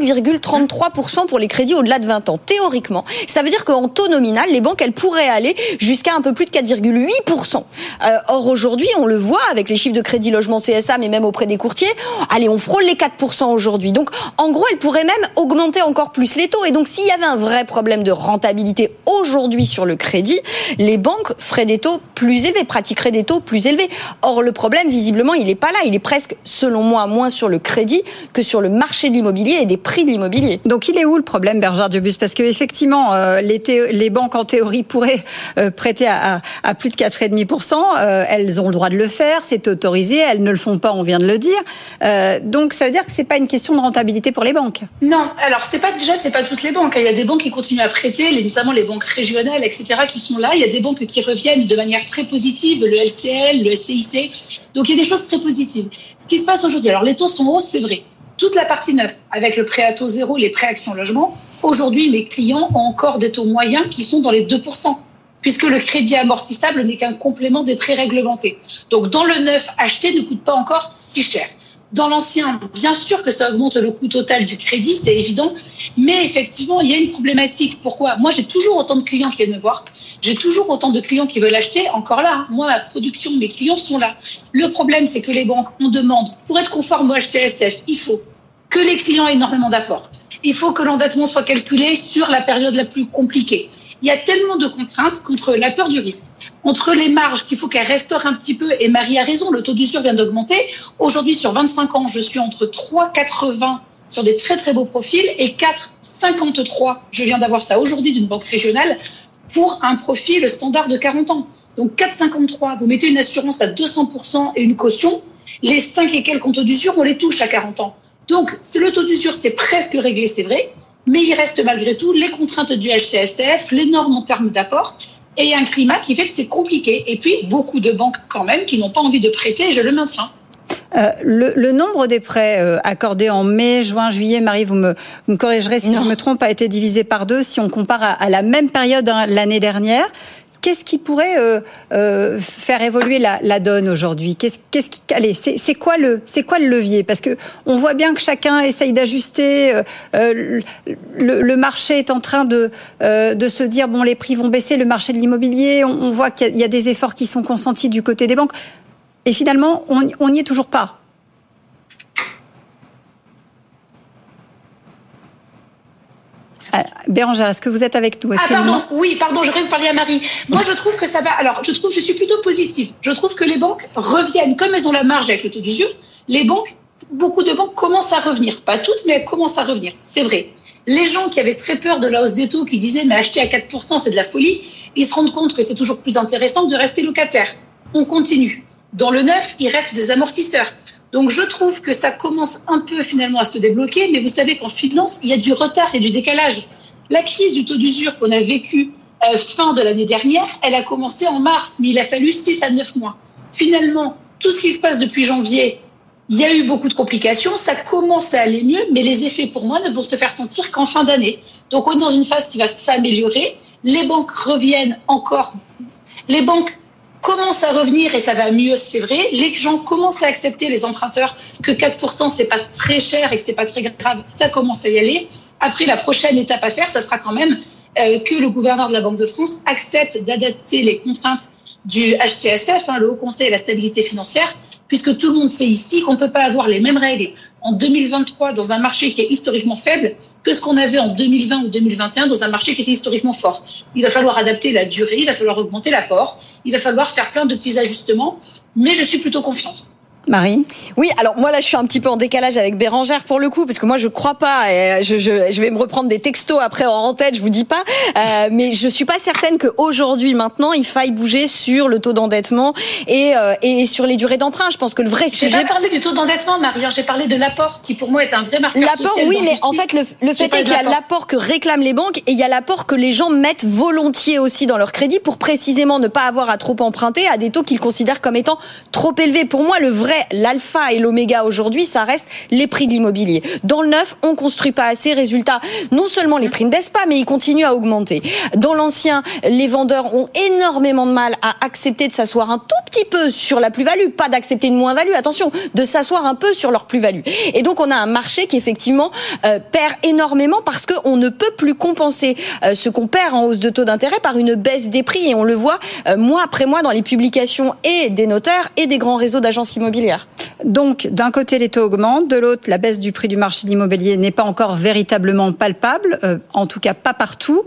5,33% pour les crédits au-delà de 20 ans. Théoriquement, ça veut dire qu'en taux nominal, les banques, elles pourraient aller jusqu'à un peu plus de 4,8%. Or, aujourd'hui, on le voit avec les chiffres de crédit logement CSA, mais même auprès des courtiers. Allez, on frôle les 4% aujourd'hui. Donc, en gros, elles pourraient même augmenter encore plus les taux. Et donc, s'il y avait un vrai problème de rentabilité aujourd'hui sur le crédit, les banques feraient des taux plus élevés, pratiqueraient des taux plus élevés. Or, le problème, visiblement, il n'est pas là. Il est presque, selon moi, moins sur le crédit que sur le marché de l'immobilier et des prix de l'immobilier. Donc, il est où le problème, Bérengère Dubus ? Parce que effectivement, les banques, en théorie, pourraient prêter à plus de 4,5%. Elles ont le droit de le faire, c'est autorisé, elles ne le font pas, on vient de le dire. Donc ça veut dire que c'est pas une question de rentabilité pour les banques. Non, alors c'est pas toutes les banques. Il y a des banques qui continuent à prêter, notamment les banques régionales, etc., qui sont là. Il y a des banques qui reviennent de manière très positive, le LCL, le CIC. Donc il y a des choses très positives. Ce qui se passe aujourd'hui, alors les taux sont hauts, c'est vrai. Toute la partie neuve, avec le prêt à taux zéro, les prêts Action Logement, aujourd'hui mes clients ont encore des taux moyens qui sont dans les 2%. Puisque le crédit amortissable n'est qu'un complément des prêts réglementés. Donc, dans le neuf, acheter ne coûte pas encore si cher. Dans l'ancien, bien sûr que ça augmente le coût total du crédit, c'est évident, mais effectivement, il y a une problématique. Pourquoi ? Moi, j'ai toujours autant de clients qui viennent me voir, j'ai toujours autant de clients qui veulent acheter, encore là, moi, ma production, mes clients sont là. Le problème, c'est que les banques, on demande, pour être conforme au HCSF, il faut que les clients aient énormément d'apports. Il faut que l'endettement soit calculé sur la période la plus compliquée. Il y a tellement de contraintes contre la peur du risque, entre les marges qu'il faut qu'elles restaurent un petit peu, et Marie a raison, le taux d'usure vient d'augmenter. Aujourd'hui, sur 25 ans, je suis entre 3,80 sur des très très beaux profils et 4,53, je viens d'avoir ça aujourd'hui d'une banque régionale, pour un profil standard de 40 ans. Donc 4,53, vous mettez une assurance à 200% et une caution, les 5 et quelques taux d'usure, on les touche à 40 ans. Donc le taux d'usure, c'est presque réglé, c'est vrai. Mais il reste malgré tout les contraintes du HCSF, les normes en termes d'apport et un climat qui fait que c'est compliqué. Et puis, beaucoup de banques quand même qui n'ont pas envie de prêter, je le maintiens. Le nombre des prêts accordés en mai, juin, juillet, Marie, vous me corrigerez si je me trompe, a été divisé par 2 si on compare à la même période l'année dernière. Qu'est-ce qui pourrait faire évoluer la donne aujourd'hui ? C'est quoi le levier ? Parce que on voit bien que chacun essaye d'ajuster. Le marché est en train de se dire bon, les prix vont baisser, le marché de l'immobilier. On voit qu'il y a des efforts qui sont consentis du côté des banques. Et finalement, on n'y est toujours pas. Bérengère, est-ce que vous êtes avec nous ? Oui, j'aurais dû parler à Marie. Moi, je trouve que ça va. Alors, je suis plutôt positive. Je trouve que les banques reviennent, comme elles ont la marge avec le taux d'usure, les banques beaucoup de banques commencent à revenir. Pas toutes, mais elles commencent à revenir. C'est vrai. Les gens qui avaient très peur de la hausse des taux, qui disaient mais acheter à 4%, c'est de la folie, ils se rendent compte que c'est toujours plus intéressant de rester locataire. On continue. Dans le neuf, il reste des amortisseurs. Donc je trouve que ça commence un peu finalement à se débloquer, mais vous savez qu'en finance, il y a du retard et du décalage. La crise du taux d'usure qu'on a vécue fin de l'année dernière, elle a commencé en mars, mais il a fallu 6 à 9 mois. Finalement, tout ce qui se passe depuis janvier, il y a eu beaucoup de complications, ça commence à aller mieux, mais les effets pour moi ne vont se faire sentir qu'en fin d'année. Donc on est dans une phase qui va s'améliorer, les banques reviennent encore, les banques commencent à revenir et ça va mieux, c'est vrai. Les gens commencent à accepter, les emprunteurs, que 4% c'est pas très cher et que c'est pas très grave, ça commence à y aller. Après, la prochaine étape à faire, ça sera quand même que le gouverneur de la Banque de France accepte d'adapter les contraintes du HCSF, le Haut Conseil à la stabilité financière, puisque tout le monde sait ici qu'on ne peut pas avoir les mêmes règles en 2023 dans un marché qui est historiquement faible que ce qu'on avait en 2020 ou 2021 dans un marché qui était historiquement fort. Il va falloir adapter la durée, il va falloir augmenter l'apport, il va falloir faire plein de petits ajustements, mais je suis plutôt confiante. Marie ? Oui, alors moi là je suis un petit peu en décalage avec Bérangère pour le coup, parce que moi je crois pas, et je vais me reprendre des textos après en tête, je vous dis pas, mais je suis pas certaine qu'aujourd'hui maintenant il faille bouger sur le taux d'endettement et sur les durées d'emprunt. Je pense que le vrai sujet... J'ai pas parlé du taux d'endettement, Marie, j'ai parlé de l'apport qui pour moi est un vrai marqueur social. L'apport, oui, mais en fait le fait est qu'il y a l'apport que réclament les banques et il y a l'apport que les gens mettent volontiers aussi dans leur crédit pour précisément ne pas avoir à trop emprunter à des taux qu'ils considèrent comme étant trop élevés. Pour moi, l'alpha et l'oméga aujourd'hui, ça reste les prix de l'immobilier. Dans le neuf, on construit pas assez. Résultat, non seulement les prix ne baissent pas, mais ils continuent à augmenter. Dans l'ancien, les vendeurs ont énormément de mal à accepter de s'asseoir un tout petit peu sur la plus-value, pas d'accepter une moins-value, attention, de s'asseoir un peu sur leur plus-value. Et donc, on a un marché qui effectivement perd énormément parce qu'on ne peut plus compenser ce qu'on perd en hausse de taux d'intérêt par une baisse des prix. Et on le voit mois après mois dans les publications et des notaires et des grands réseaux d'agences immobilières. Donc, d'un côté, les taux augmentent, de l'autre, la baisse du prix du marché de l'immobilier n'est pas encore véritablement palpable, en tout cas pas partout.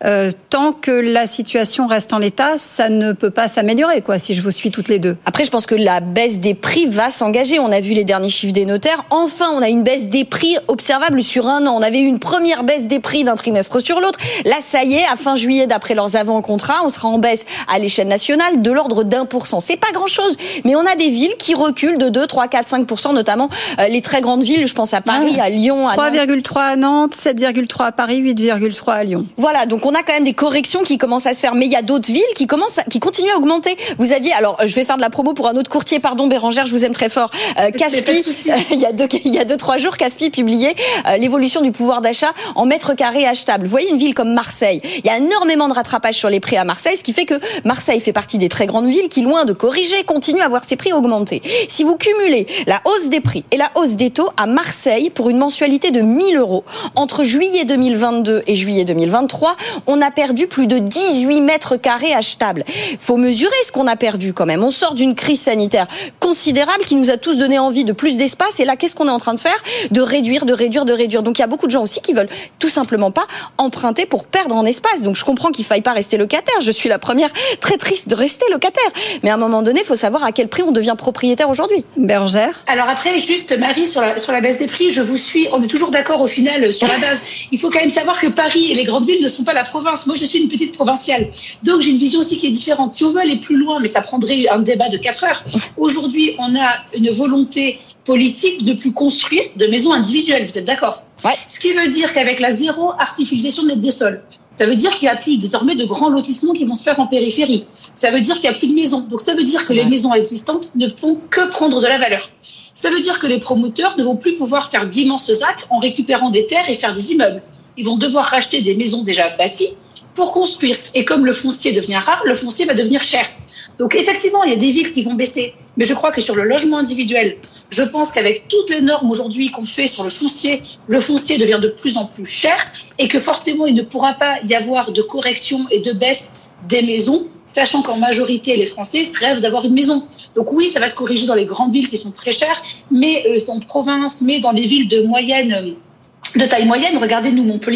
Tant que la situation reste en l'état, ça ne peut pas s'améliorer, si je vous suis toutes les deux. Après, je pense que la baisse des prix va s'engager. On a vu les derniers chiffres des notaires. Enfin, on a une baisse des prix observable sur un an. On avait eu une première baisse des prix d'un trimestre sur l'autre. Là, ça y est, à fin juillet, d'après leurs avant-contrats, on sera en baisse à l'échelle nationale de l'ordre d'1%. C'est pas grand-chose, mais on a des villes qui reculent de 2, 3, 4, 5%, notamment les très grandes villes. Je pense à Paris, à Lyon, à 3,3 à Nantes, 7,3 à Paris, 8,3 à Lyon. Voilà, donc on a quand même des corrections qui commencent à se faire. Mais il y a d'autres villes qui continuent à augmenter. Vous aviez, alors je vais faire de la promo pour un autre courtier, pardon Bérangère, je vous aime très fort. CAFPI, il y a 2-3 jours, CAFPI publiait l'évolution du pouvoir d'achat en mètres carrés achetables. Vous voyez une ville comme Marseille, il y a énormément de rattrapage sur les prix à Marseille, ce qui fait que Marseille fait partie des très grandes villes qui, loin de corriger, continuent à voir ses prix augmenter. Si vous cumulez la hausse des prix et la hausse des taux à Marseille pour une mensualité de 1 000 € entre juillet 2022 et juillet 2023, on a perdu plus de 18 mètres carrés achetables. Faut mesurer ce qu'on a perdu quand même. On sort d'une crise sanitaire considérable qui nous a tous donné envie de plus d'espace et là, qu'est-ce qu'on est en train de faire ? De réduire. Donc il y a beaucoup de gens aussi qui veulent tout simplement pas emprunter pour perdre en espace. Donc je comprends qu'il faille pas rester locataire. Je suis la première très triste de rester locataire. Mais à un moment donné, il faut savoir à quel prix on devient propriétaire aujourd'hui. Bérangère ? Alors après, juste Marie, sur la baisse des prix, je vous suis, on est toujours d'accord au final sur la base. Il faut quand même savoir que Paris et les grandes villes ne sont pas la province. Moi, je suis une petite provinciale. Donc j'ai une vision aussi qui est différente. Si on veut aller plus loin, mais ça prendrait un débat de 4 heures, aujourd'hui, on a une volonté politique de plus construire de maisons individuelles. Vous êtes d'accord ? Ouais. Ce qui veut dire qu'avec la zéro artificialisation nette des sols, ça veut dire qu'il n'y a plus désormais de grands lotissements qui vont se faire en périphérie. Ça veut dire qu'il n'y a plus de maisons. Donc ça veut dire que les maisons existantes ne font que prendre de la valeur. Ça veut dire que les promoteurs ne vont plus pouvoir faire d'immenses actes en récupérant des terres et faire des immeubles. Ils vont devoir racheter des maisons déjà bâties pour construire. Et comme le foncier devient rare, le foncier va devenir cher. Donc effectivement, il y a des villes qui vont baisser. Mais je crois que sur le logement individuel, je pense qu'avec toutes les normes aujourd'hui qu'on fait sur le foncier devient de plus en plus cher et que forcément, il ne pourra pas y avoir de correction et de baisse des maisons, sachant qu'en majorité, les Français rêvent d'avoir une maison. Donc oui, ça va se corriger dans les grandes villes qui sont très chères, mais en province, mais dans des villes de taille moyenne, regardez-nous Montpellier,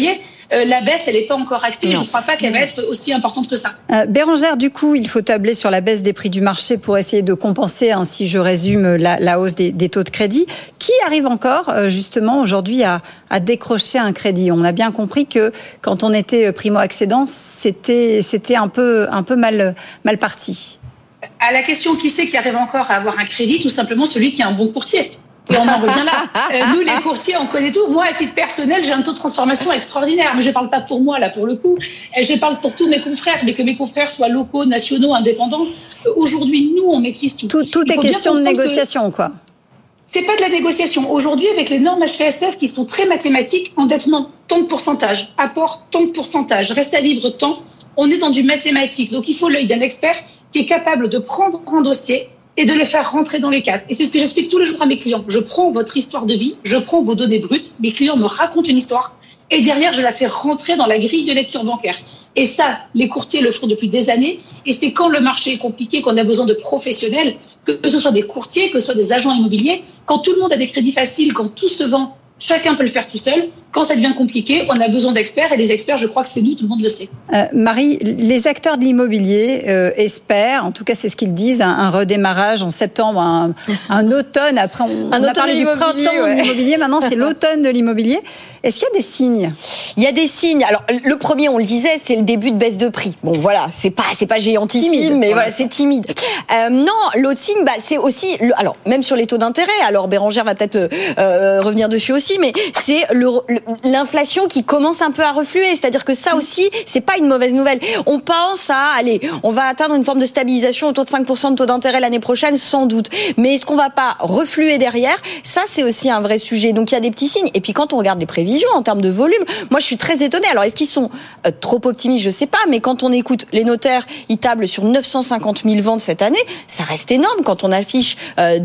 La baisse, elle n'est pas encore actée. Je ne crois pas qu'elle va être aussi importante que ça. Bérengère, du coup, il faut tabler sur la baisse des prix du marché pour essayer de compenser, si je résume, la hausse des taux de crédit. Qui arrive encore, justement, aujourd'hui à décrocher un crédit ? On a bien compris que quand on était primo-accédant, c'était un peu mal parti. À la question qui c'est qui arrive encore à avoir un crédit, tout simplement celui qui a un bon courtier. Et on en revient là. Nous, les courtiers, on connaît tout. Moi, à titre personnel, j'ai un taux de transformation extraordinaire. Mais je ne parle pas pour moi, là, pour le coup. Je parle pour tous mes confrères, mais que mes confrères soient locaux, nationaux, indépendants. Aujourd'hui, nous, on maîtrise tout. Tout est question de négociation, quoi. C'est pas de la négociation. Aujourd'hui, avec les normes HPSF qui sont très mathématiques, endettement, tant de pourcentage, apport, tant de pourcentage, reste à vivre, tant, on est dans du mathématique. Donc, il faut l'œil d'un expert qui est capable de prendre un dossier et de le faire rentrer dans les cases. Et c'est ce que j'explique tous les jours à mes clients. Je prends votre histoire de vie, je prends vos données brutes, mes clients me racontent une histoire, et derrière, je la fais rentrer dans la grille de lecture bancaire. Et ça, les courtiers le font depuis des années, et c'est quand le marché est compliqué qu'on a besoin de professionnels, que ce soit des courtiers, que ce soit des agents immobiliers, quand tout le monde a des crédits faciles, quand tout se vend, chacun peut le faire tout seul. Quand ça devient compliqué, on a besoin d'experts, et les experts, je crois que c'est nous, tout le monde le sait. Marie, les acteurs de l'immobilier espèrent, en tout cas c'est ce qu'ils disent, un redémarrage en septembre, un automne. Après, on a parlé du printemps de l'immobilier, maintenant c'est l'automne de l'immobilier. Est-ce qu'il y a des signes ? Il y a des signes. Alors, le premier, on le disait, c'est le début de baisse de prix. Bon, voilà, c'est pas géantissime, timide, mais voilà, c'est timide. Non, l'autre signe, c'est aussi, alors, même sur les taux d'intérêt, alors Bérengère va peut-être revenir dessus aussi, mais c'est l'inflation qui commence un peu à refluer. C'est-à-dire que ça aussi, c'est pas une mauvaise nouvelle. On pense on va atteindre une forme de stabilisation autour de 5% de taux d'intérêt l'année prochaine, sans doute. Mais est-ce qu'on va pas refluer derrière ? Ça, c'est aussi un vrai sujet. Donc, il y a des petits signes. Et puis, quand on regarde les prévisions en termes de volume, moi, je suis très étonnée. Alors, est-ce qu'ils sont trop optimistes ? Je sais pas. Mais quand on écoute les notaires, ils tablent sur 950 000 ventes cette année. Ça reste énorme quand on affiche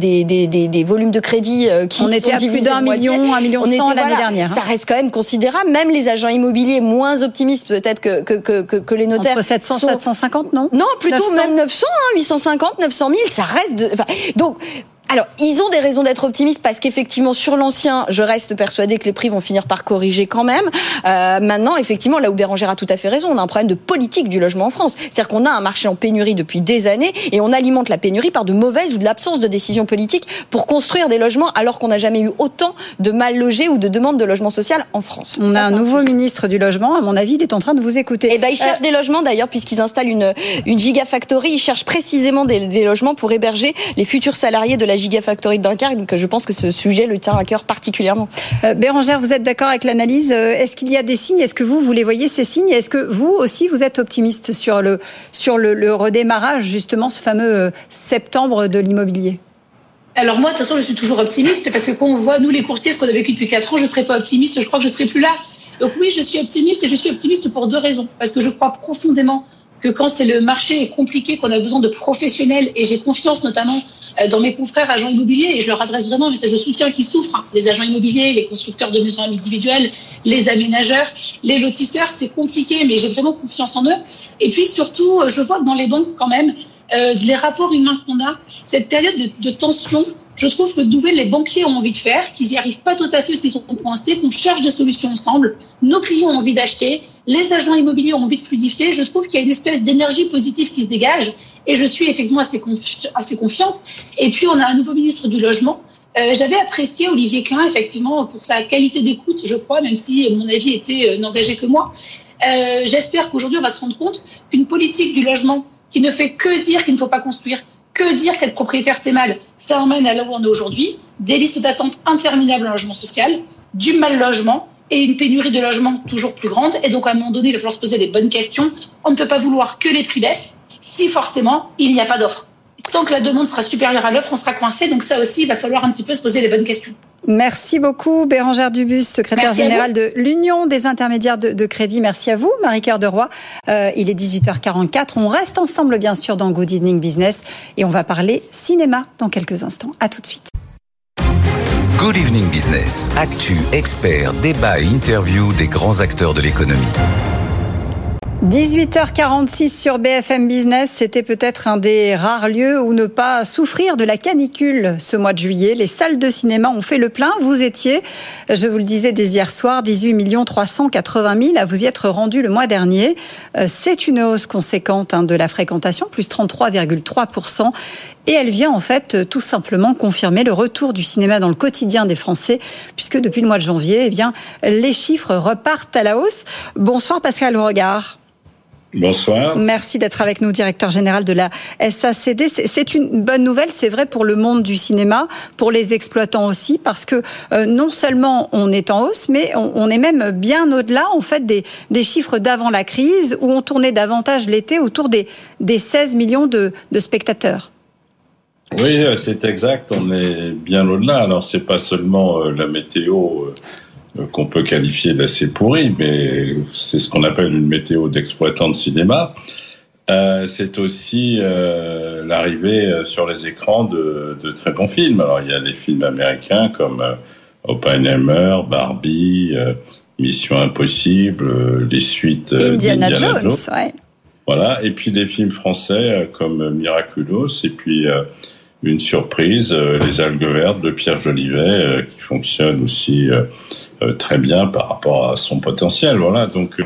des volumes de crédit qui on était à plus d'1 million, 1,1 million l'année dernière. Ça reste quand même considérable. Même les agents immobiliers moins optimistes peut-être que les notaires. Entre 700 et 750, non ? Non, plutôt 900. Même 900, 850, 900 000, ça reste... Donc... Alors, ils ont des raisons d'être optimistes parce qu'effectivement, sur l'ancien, je reste persuadée que les prix vont finir par corriger quand même. Maintenant, effectivement, là où Bérengère a tout à fait raison, on a un problème de politique du logement en France. C'est-à-dire qu'on a un marché en pénurie depuis des années et on alimente la pénurie par de mauvaises ou de l'absence de décisions politiques pour construire des logements alors qu'on n'a jamais eu autant de mal logés ou de demandes de logement social en France. On a un nouveau ministre du logement, à mon avis, il est en train de vous écouter. Et ils cherchent des logements d'ailleurs, puisqu'ils installent une gigafactory. Ils cherchent précisément des logements pour héberger les futurs salariés de la Gigafactory de Dunkerque, donc je pense que ce sujet le tient à cœur particulièrement. Bérengère, vous êtes d'accord avec l'analyse ? Est-ce qu'il y a des signes ? Est-ce que vous les voyez, ces signes ? Est-ce que vous aussi, vous êtes optimiste sur le redémarrage, justement, ce fameux septembre de l'immobilier ? Alors moi, de toute façon, je suis toujours optimiste, parce que quand on voit, nous les courtiers, ce qu'on a vécu depuis 4 ans, je ne serais pas optimiste, je crois que je ne serais plus là. Donc oui, je suis optimiste, et je suis optimiste pour 2 raisons. Parce que je crois profondément que quand c'est le marché est compliqué, qu'on a besoin de professionnels, et j'ai confiance notamment dans mes confrères agents immobiliers, et je leur adresse vraiment un message de soutien qui souffrent, les agents immobiliers, les constructeurs de maisons individuelles, les aménageurs, les lotisseurs, c'est compliqué, mais j'ai vraiment confiance en eux. Et puis surtout, je vois que dans les banques quand même, les rapports humains qu'on a, cette période de tension, je trouve que les banquiers ont envie de faire, qu'ils n'y arrivent pas tout à fait parce qu'ils sont coincés, qu'on cherche des solutions ensemble. Nos clients ont envie d'acheter, les agents immobiliers ont envie de fluidifier. Je trouve qu'il y a une espèce d'énergie positive qui se dégage et je suis effectivement assez confiante. Et puis, on a un nouveau ministre du Logement. J'avais apprécié Olivier Klein, effectivement, pour sa qualité d'écoute, je crois, même si mon avis était n'engagé que moi. J'espère qu'aujourd'hui, on va se rendre compte qu'une politique du logement qui ne fait que dire qu'il ne faut pas construire, que dire qu'être propriétaire c'est mal, ça emmène à là où on est aujourd'hui, des listes d'attente interminables en logement social, du mal logement et une pénurie de logements toujours plus grande. Et donc à un moment donné, il va falloir se poser les bonnes questions. On ne peut pas vouloir que les prix baissent si forcément il n'y a pas d'offre. Tant que la demande sera supérieure à l'offre, on sera coincé. Donc ça aussi, il va falloir un petit peu se poser les bonnes questions. Merci beaucoup Bérengère Dubus, secrétaire générale de l'Union des intermédiaires de crédit. Merci à vous Marie-Cœur de Roy. Il est 18h44. On reste ensemble bien sûr dans Good Evening Business et on va parler cinéma dans quelques instants. À tout de suite. Good Evening Business. Actu, experts, débat et interview des grands acteurs de l'économie. 18h46 sur BFM Business, c'était peut-être un des rares lieux où ne pas souffrir de la canicule ce mois de juillet. Les salles de cinéma ont fait le plein. Vous étiez, je vous le disais dès hier soir, 18 380 000 à vous y être rendus le mois dernier. C'est une hausse conséquente de la fréquentation, plus 33,3%. Et elle vient en fait tout simplement confirmer le retour du cinéma dans le quotidien des Français, puisque depuis le mois de janvier, les chiffres repartent à la hausse. Bonsoir Pascal Beauregard. Bonsoir. Merci d'être avec nous, directeur général de la SACD. C'est une bonne nouvelle, c'est vrai pour le monde du cinéma, pour les exploitants aussi, parce que non seulement on est en hausse, mais on est même bien au-delà en fait des chiffres d'avant la crise, où on tournait davantage l'été autour des 16 millions de spectateurs. Oui, c'est exact, on est bien au-delà. Alors c'est pas seulement la météo qu'on peut qualifier d'assez pourri, mais c'est ce qu'on appelle une météo d'exploitants de cinéma. C'est aussi l'arrivée sur les écrans de très bons films. Alors il y a des films américains comme Oppenheimer, Barbie, Mission Impossible, les suites Indiana Jones. Ouais. Voilà, et puis des films français comme Miraculous, et puis une surprise, Les algues vertes de Pierre Jolivet, qui fonctionne aussi très bien par rapport à son potentiel. Voilà, donc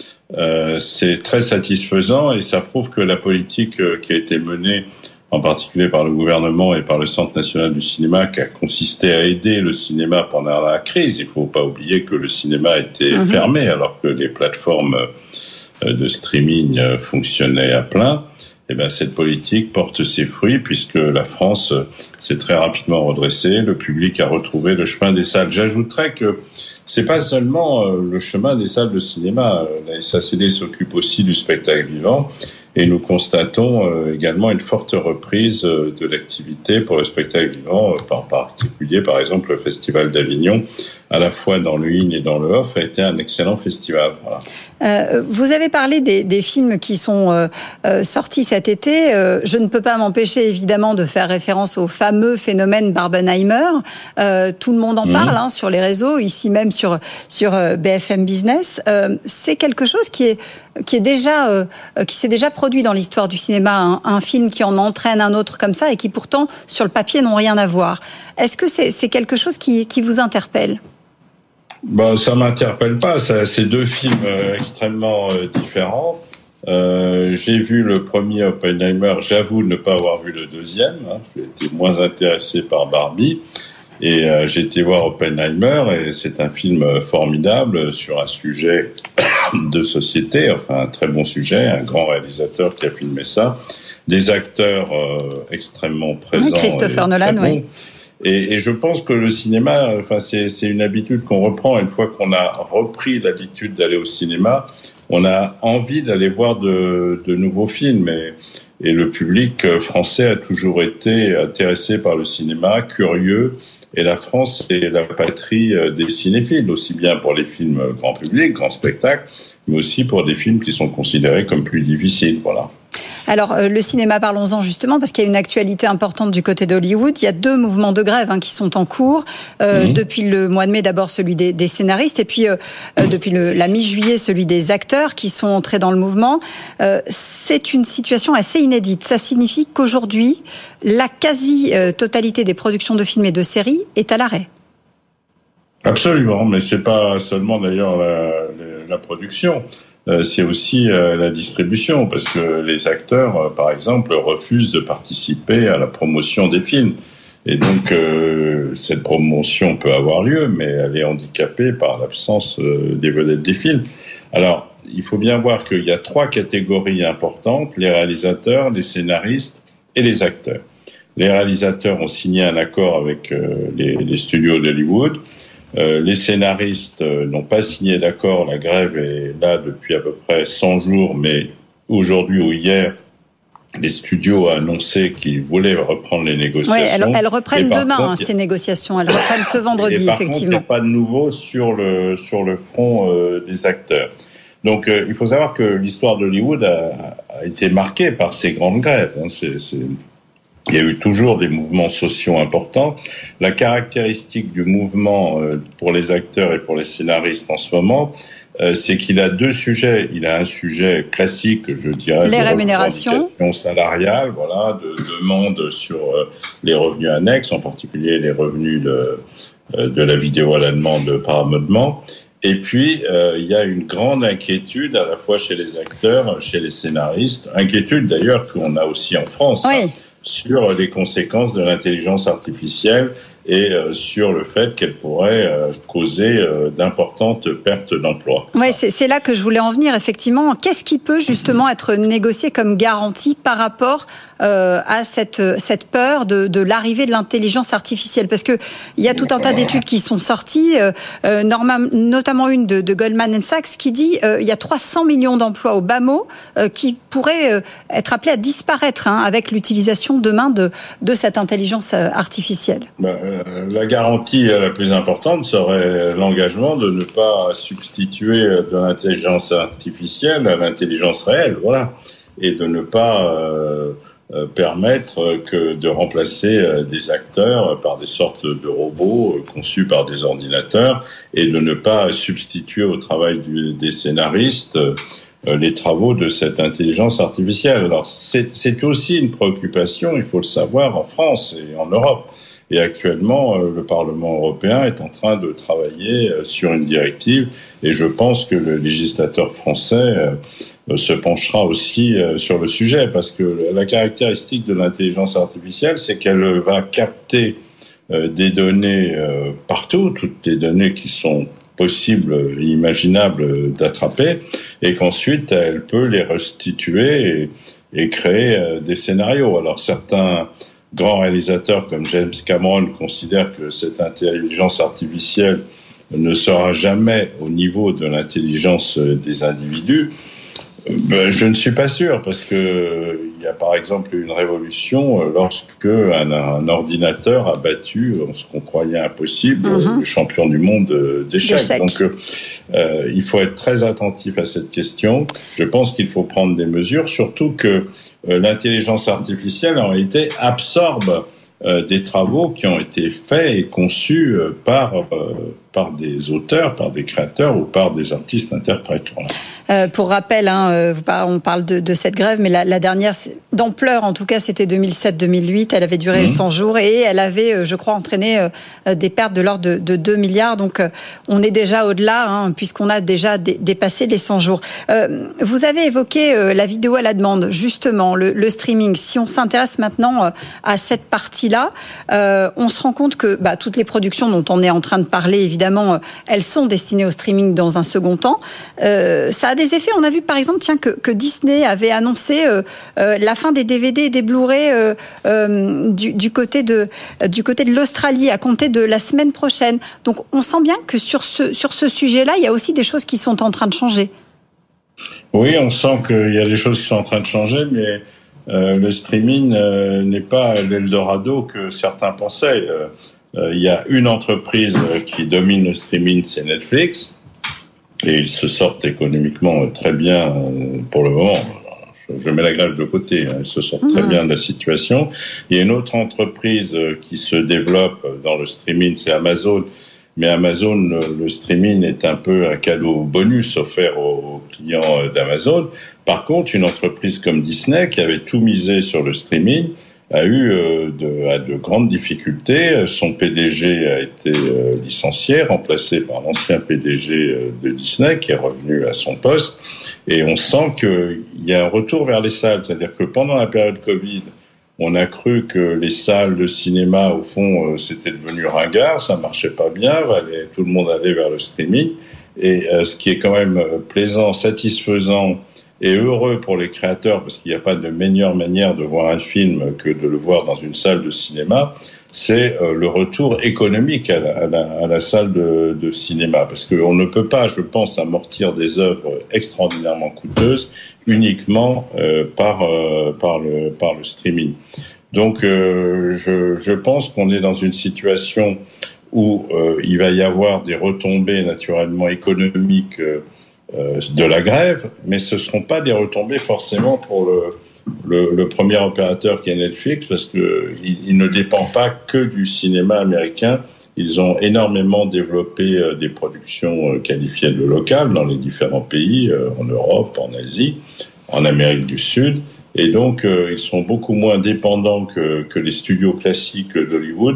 c'est très satisfaisant et ça prouve que la politique qui a été menée, en particulier par le gouvernement et par le Centre national du cinéma, qui a consisté à aider le cinéma pendant la crise. Il ne faut pas oublier que le cinéma était fermé alors que les plateformes de streaming fonctionnaient à plein. Eh bien, cette politique porte ses fruits puisque la France s'est très rapidement redressée, le public a retrouvé le chemin des salles. J'ajouterais que c'est pas seulement le chemin des salles de cinéma. La SACD s'occupe aussi du spectacle vivant et nous constatons également une forte reprise de l'activité pour le spectacle vivant, en particulier par exemple le Festival d'Avignon, à la fois dans le in et dans le off, a été un excellent festival. Voilà. Vous avez parlé des films qui sont sortis cet été. Je ne peux pas m'empêcher évidemment de faire référence au fameux phénomène Barbenheimer. Tout le monde en parle sur les réseaux, ici même sur BFM Business. C'est quelque chose qui s'est déjà produit dans l'histoire du cinéma, un film qui en entraîne un autre comme ça et qui pourtant sur le papier n'ont rien à voir. Est-ce que c'est quelque chose qui vous interpelle ? Ça m'interpelle pas. C'est deux films extrêmement différents. J'ai vu le premier Oppenheimer. J'avoue ne pas avoir vu le deuxième. J'ai été moins intéressé par Barbie. Et j'ai été voir Oppenheimer et c'est un film formidable sur un sujet de société. Enfin, un très bon sujet. Un grand réalisateur qui a filmé ça. Des acteurs extrêmement présents. Oui, Christopher Nolan, oui. Et je pense que le cinéma, c'est une habitude qu'on reprend. Une fois qu'on a repris l'habitude d'aller au cinéma, on a envie d'aller voir de nouveaux films. Et le public français a toujours été intéressé par le cinéma, curieux. Et la France est la patrie des cinéphiles, aussi bien pour les films grand public, grand spectacle, mais aussi pour des films qui sont considérés comme plus difficiles. Voilà. Alors, le cinéma, parlons-en justement, parce qu'il y a une actualité importante du côté d'Hollywood. Il y a 2 mouvements de grève qui sont en cours. Depuis le mois de mai, d'abord celui des scénaristes, et puis depuis la mi-juillet, celui des acteurs qui sont entrés dans le mouvement. C'est une situation assez inédite. Ça signifie qu'aujourd'hui, la quasi-totalité des productions de films et de séries est à l'arrêt. Absolument, mais c'est pas seulement d'ailleurs la production. C'est aussi la distribution, parce que les acteurs, par exemple, refusent de participer à la promotion des films. Et donc, cette promotion peut avoir lieu, mais elle est handicapée par l'absence des vedettes des films. Alors, il faut bien voir qu'il y a 3 catégories importantes, les réalisateurs, les scénaristes et les acteurs. Les réalisateurs ont signé un accord avec les studios d'Hollywood. Les scénaristes n'ont pas signé d'accord. La grève est là depuis à peu près 100 jours, mais aujourd'hui ou hier, les studios ont annoncé qu'ils voulaient reprendre les négociations. Oui, elles reprennent demain, ces négociations. Elles reprennent ce vendredi, effectivement. Il n'y a pas de nouveau sur le front des acteurs. Donc, il faut savoir que l'histoire d'Hollywood a été marquée par ces grandes grèves. Il y a eu toujours des mouvements sociaux importants. La caractéristique du mouvement pour les acteurs et pour les scénaristes en ce moment, c'est qu'il a deux sujets. Il a un sujet classique, je dirais, les de rémunérations salariales, voilà, de demande sur les revenus annexes, en particulier les revenus de la vidéo à la demande par abonnement. Et puis, il y a une grande inquiétude à la fois chez les acteurs, chez les scénaristes, inquiétude d'ailleurs qu'on a aussi en France, sur les conséquences de l'intelligence artificielle et sur le fait qu'elle pourrait causer d'importantes pertes d'emplois. Oui, c'est là que je voulais en venir, effectivement. Qu'est-ce qui peut justement être négocié comme garantie par rapport à cette peur de l'arrivée de l'intelligence artificielle? Parce qu'il y a tout un tas d'études qui sont sorties, notamment une de Goldman Sachs qui dit il y a 300 millions d'emplois au bas mot qui pourraient être appelés à disparaître avec l'utilisation demain de cette intelligence artificielle. La garantie la plus importante serait l'engagement de ne pas substituer de l'intelligence artificielle à l'intelligence réelle, voilà, et de ne pas permettre que de remplacer des acteurs par des sortes de robots conçus par des ordinateurs et de ne pas substituer au travail des scénaristes les travaux de cette intelligence artificielle. Alors c'est aussi une préoccupation, il faut le savoir, en France et en Europe. Et actuellement, le Parlement européen est en train de travailler sur une directive et je pense que le législateur français se penchera aussi sur le sujet parce que la caractéristique de l'intelligence artificielle, c'est qu'elle va capter des données partout, toutes les données qui sont possibles et imaginables d'attraper et qu'ensuite elle peut les restituer et créer des scénarios. Alors certains grands réalisateurs comme James Cameron considèrent que cette intelligence artificielle ne sera jamais au niveau de l'intelligence des individus. Je ne suis pas sûr, parce que il y a par exemple une révolution lorsque un ordinateur a battu ce qu'on croyait impossible, le champion du monde d'échecs. Donc il faut être très attentif à cette question. Je pense qu'il faut prendre des mesures, surtout que l'intelligence artificielle en réalité absorbe des travaux qui ont été faits et conçus par des auteurs, par des créateurs ou par des artistes-interprètes. Pour rappel, on parle de cette grève, mais la dernière d'ampleur, en tout cas, c'était 2007-2008. Elle avait duré 100 jours et elle avait, je crois, entraîné des pertes de l'ordre de 2 milliards. Donc, on est déjà au-delà, puisqu'on a déjà dépassé les 100 jours. Vous avez évoqué la vidéo à la demande, justement, le streaming. Si on s'intéresse maintenant à cette partie-là, on se rend compte que toutes les productions dont on est en train de parler, évidemment, elles sont destinées au streaming dans un second temps. Ça a des effets. On a vu par exemple que Disney avait annoncé la fin des DVD et des Blu-ray du côté de l'Australie à compter de la semaine prochaine. Donc on sent bien que sur ce sujet-là, il y a aussi des choses qui sont en train de changer. Oui, on sent qu'il y a des choses qui sont en train de changer, mais le streaming n'est pas l'Eldorado que certains pensaient. Il y a une entreprise qui domine le streaming, c'est Netflix. Et ils se sortent économiquement très bien pour le moment. Je mets la grève de côté, ils se sortent très bien de la situation. Il y a une autre entreprise qui se développe dans le streaming, c'est Amazon. Mais Amazon, le streaming est un peu un cadeau bonus offert aux clients d'Amazon. Par contre, une entreprise comme Disney, qui avait tout misé sur le streaming, a eu de grandes difficultés. Son PDG a été licencié, remplacé par l'ancien PDG de Disney, qui est revenu à son poste. Et on sent qu'il y a un retour vers les salles. C'est-à-dire que pendant la période Covid, on a cru que les salles de cinéma, au fond, c'était devenu ringard, ça marchait pas bien, tout le monde allait vers le streaming. Et ce qui est quand même plaisant, satisfaisant, et heureux pour les créateurs, parce qu'il n'y a pas de meilleure manière de voir un film que de le voir dans une salle de cinéma, c'est le retour économique à la salle de cinéma. Parce qu'on ne peut pas, je pense, amortir des œuvres extraordinairement coûteuses uniquement par le streaming. Donc je pense qu'on est dans une situation où il va y avoir des retombées naturellement économiques de la grève, mais ce ne seront pas des retombées forcément pour le premier opérateur qui est Netflix, parce qu'il ne dépend pas que du cinéma américain Ils ont énormément développé des productions qualifiées de locales dans les différents pays, en Europe, en Asie, en Amérique du Sud. Et donc, ils sont beaucoup moins dépendants que les studios classiques d'Hollywood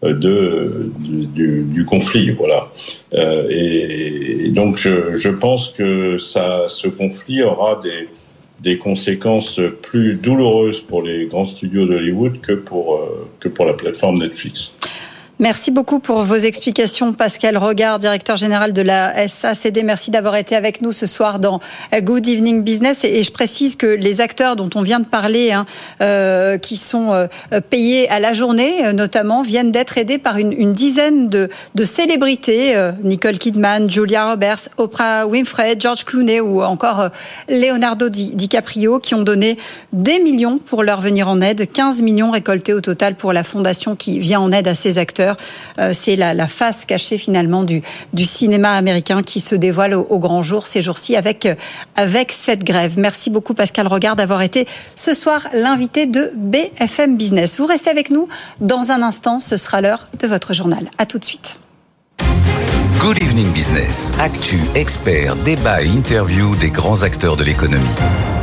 du conflit, voilà. Et donc, je pense que ce conflit aura des conséquences plus douloureuses pour les grands studios d'Hollywood que pour la plateforme Netflix. Merci beaucoup pour vos explications, Pascal Regard, directeur général de la SACD. Merci d'avoir été avec nous ce soir dans Good Evening Business. Et je précise que les acteurs dont on vient de parler, qui sont payés à la journée, notamment, viennent d'être aidés par une dizaine de célébrités. Nicole Kidman, Julia Roberts, Oprah Winfrey, George Clooney ou encore Leonardo DiCaprio, qui ont donné des millions pour leur venir en aide. 15 millions récoltés au total pour la fondation qui vient en aide à ces acteurs. C'est la face cachée finalement du cinéma américain qui se dévoile au grand jour ces jours-ci avec cette grève. Merci beaucoup Pascal Regard d'avoir été ce soir l'invité de BFM Business. Vous restez avec nous dans un instant, ce sera l'heure de votre journal. À tout de suite. Good Evening Business. Actu, experts, débat et interview des grands acteurs de l'économie.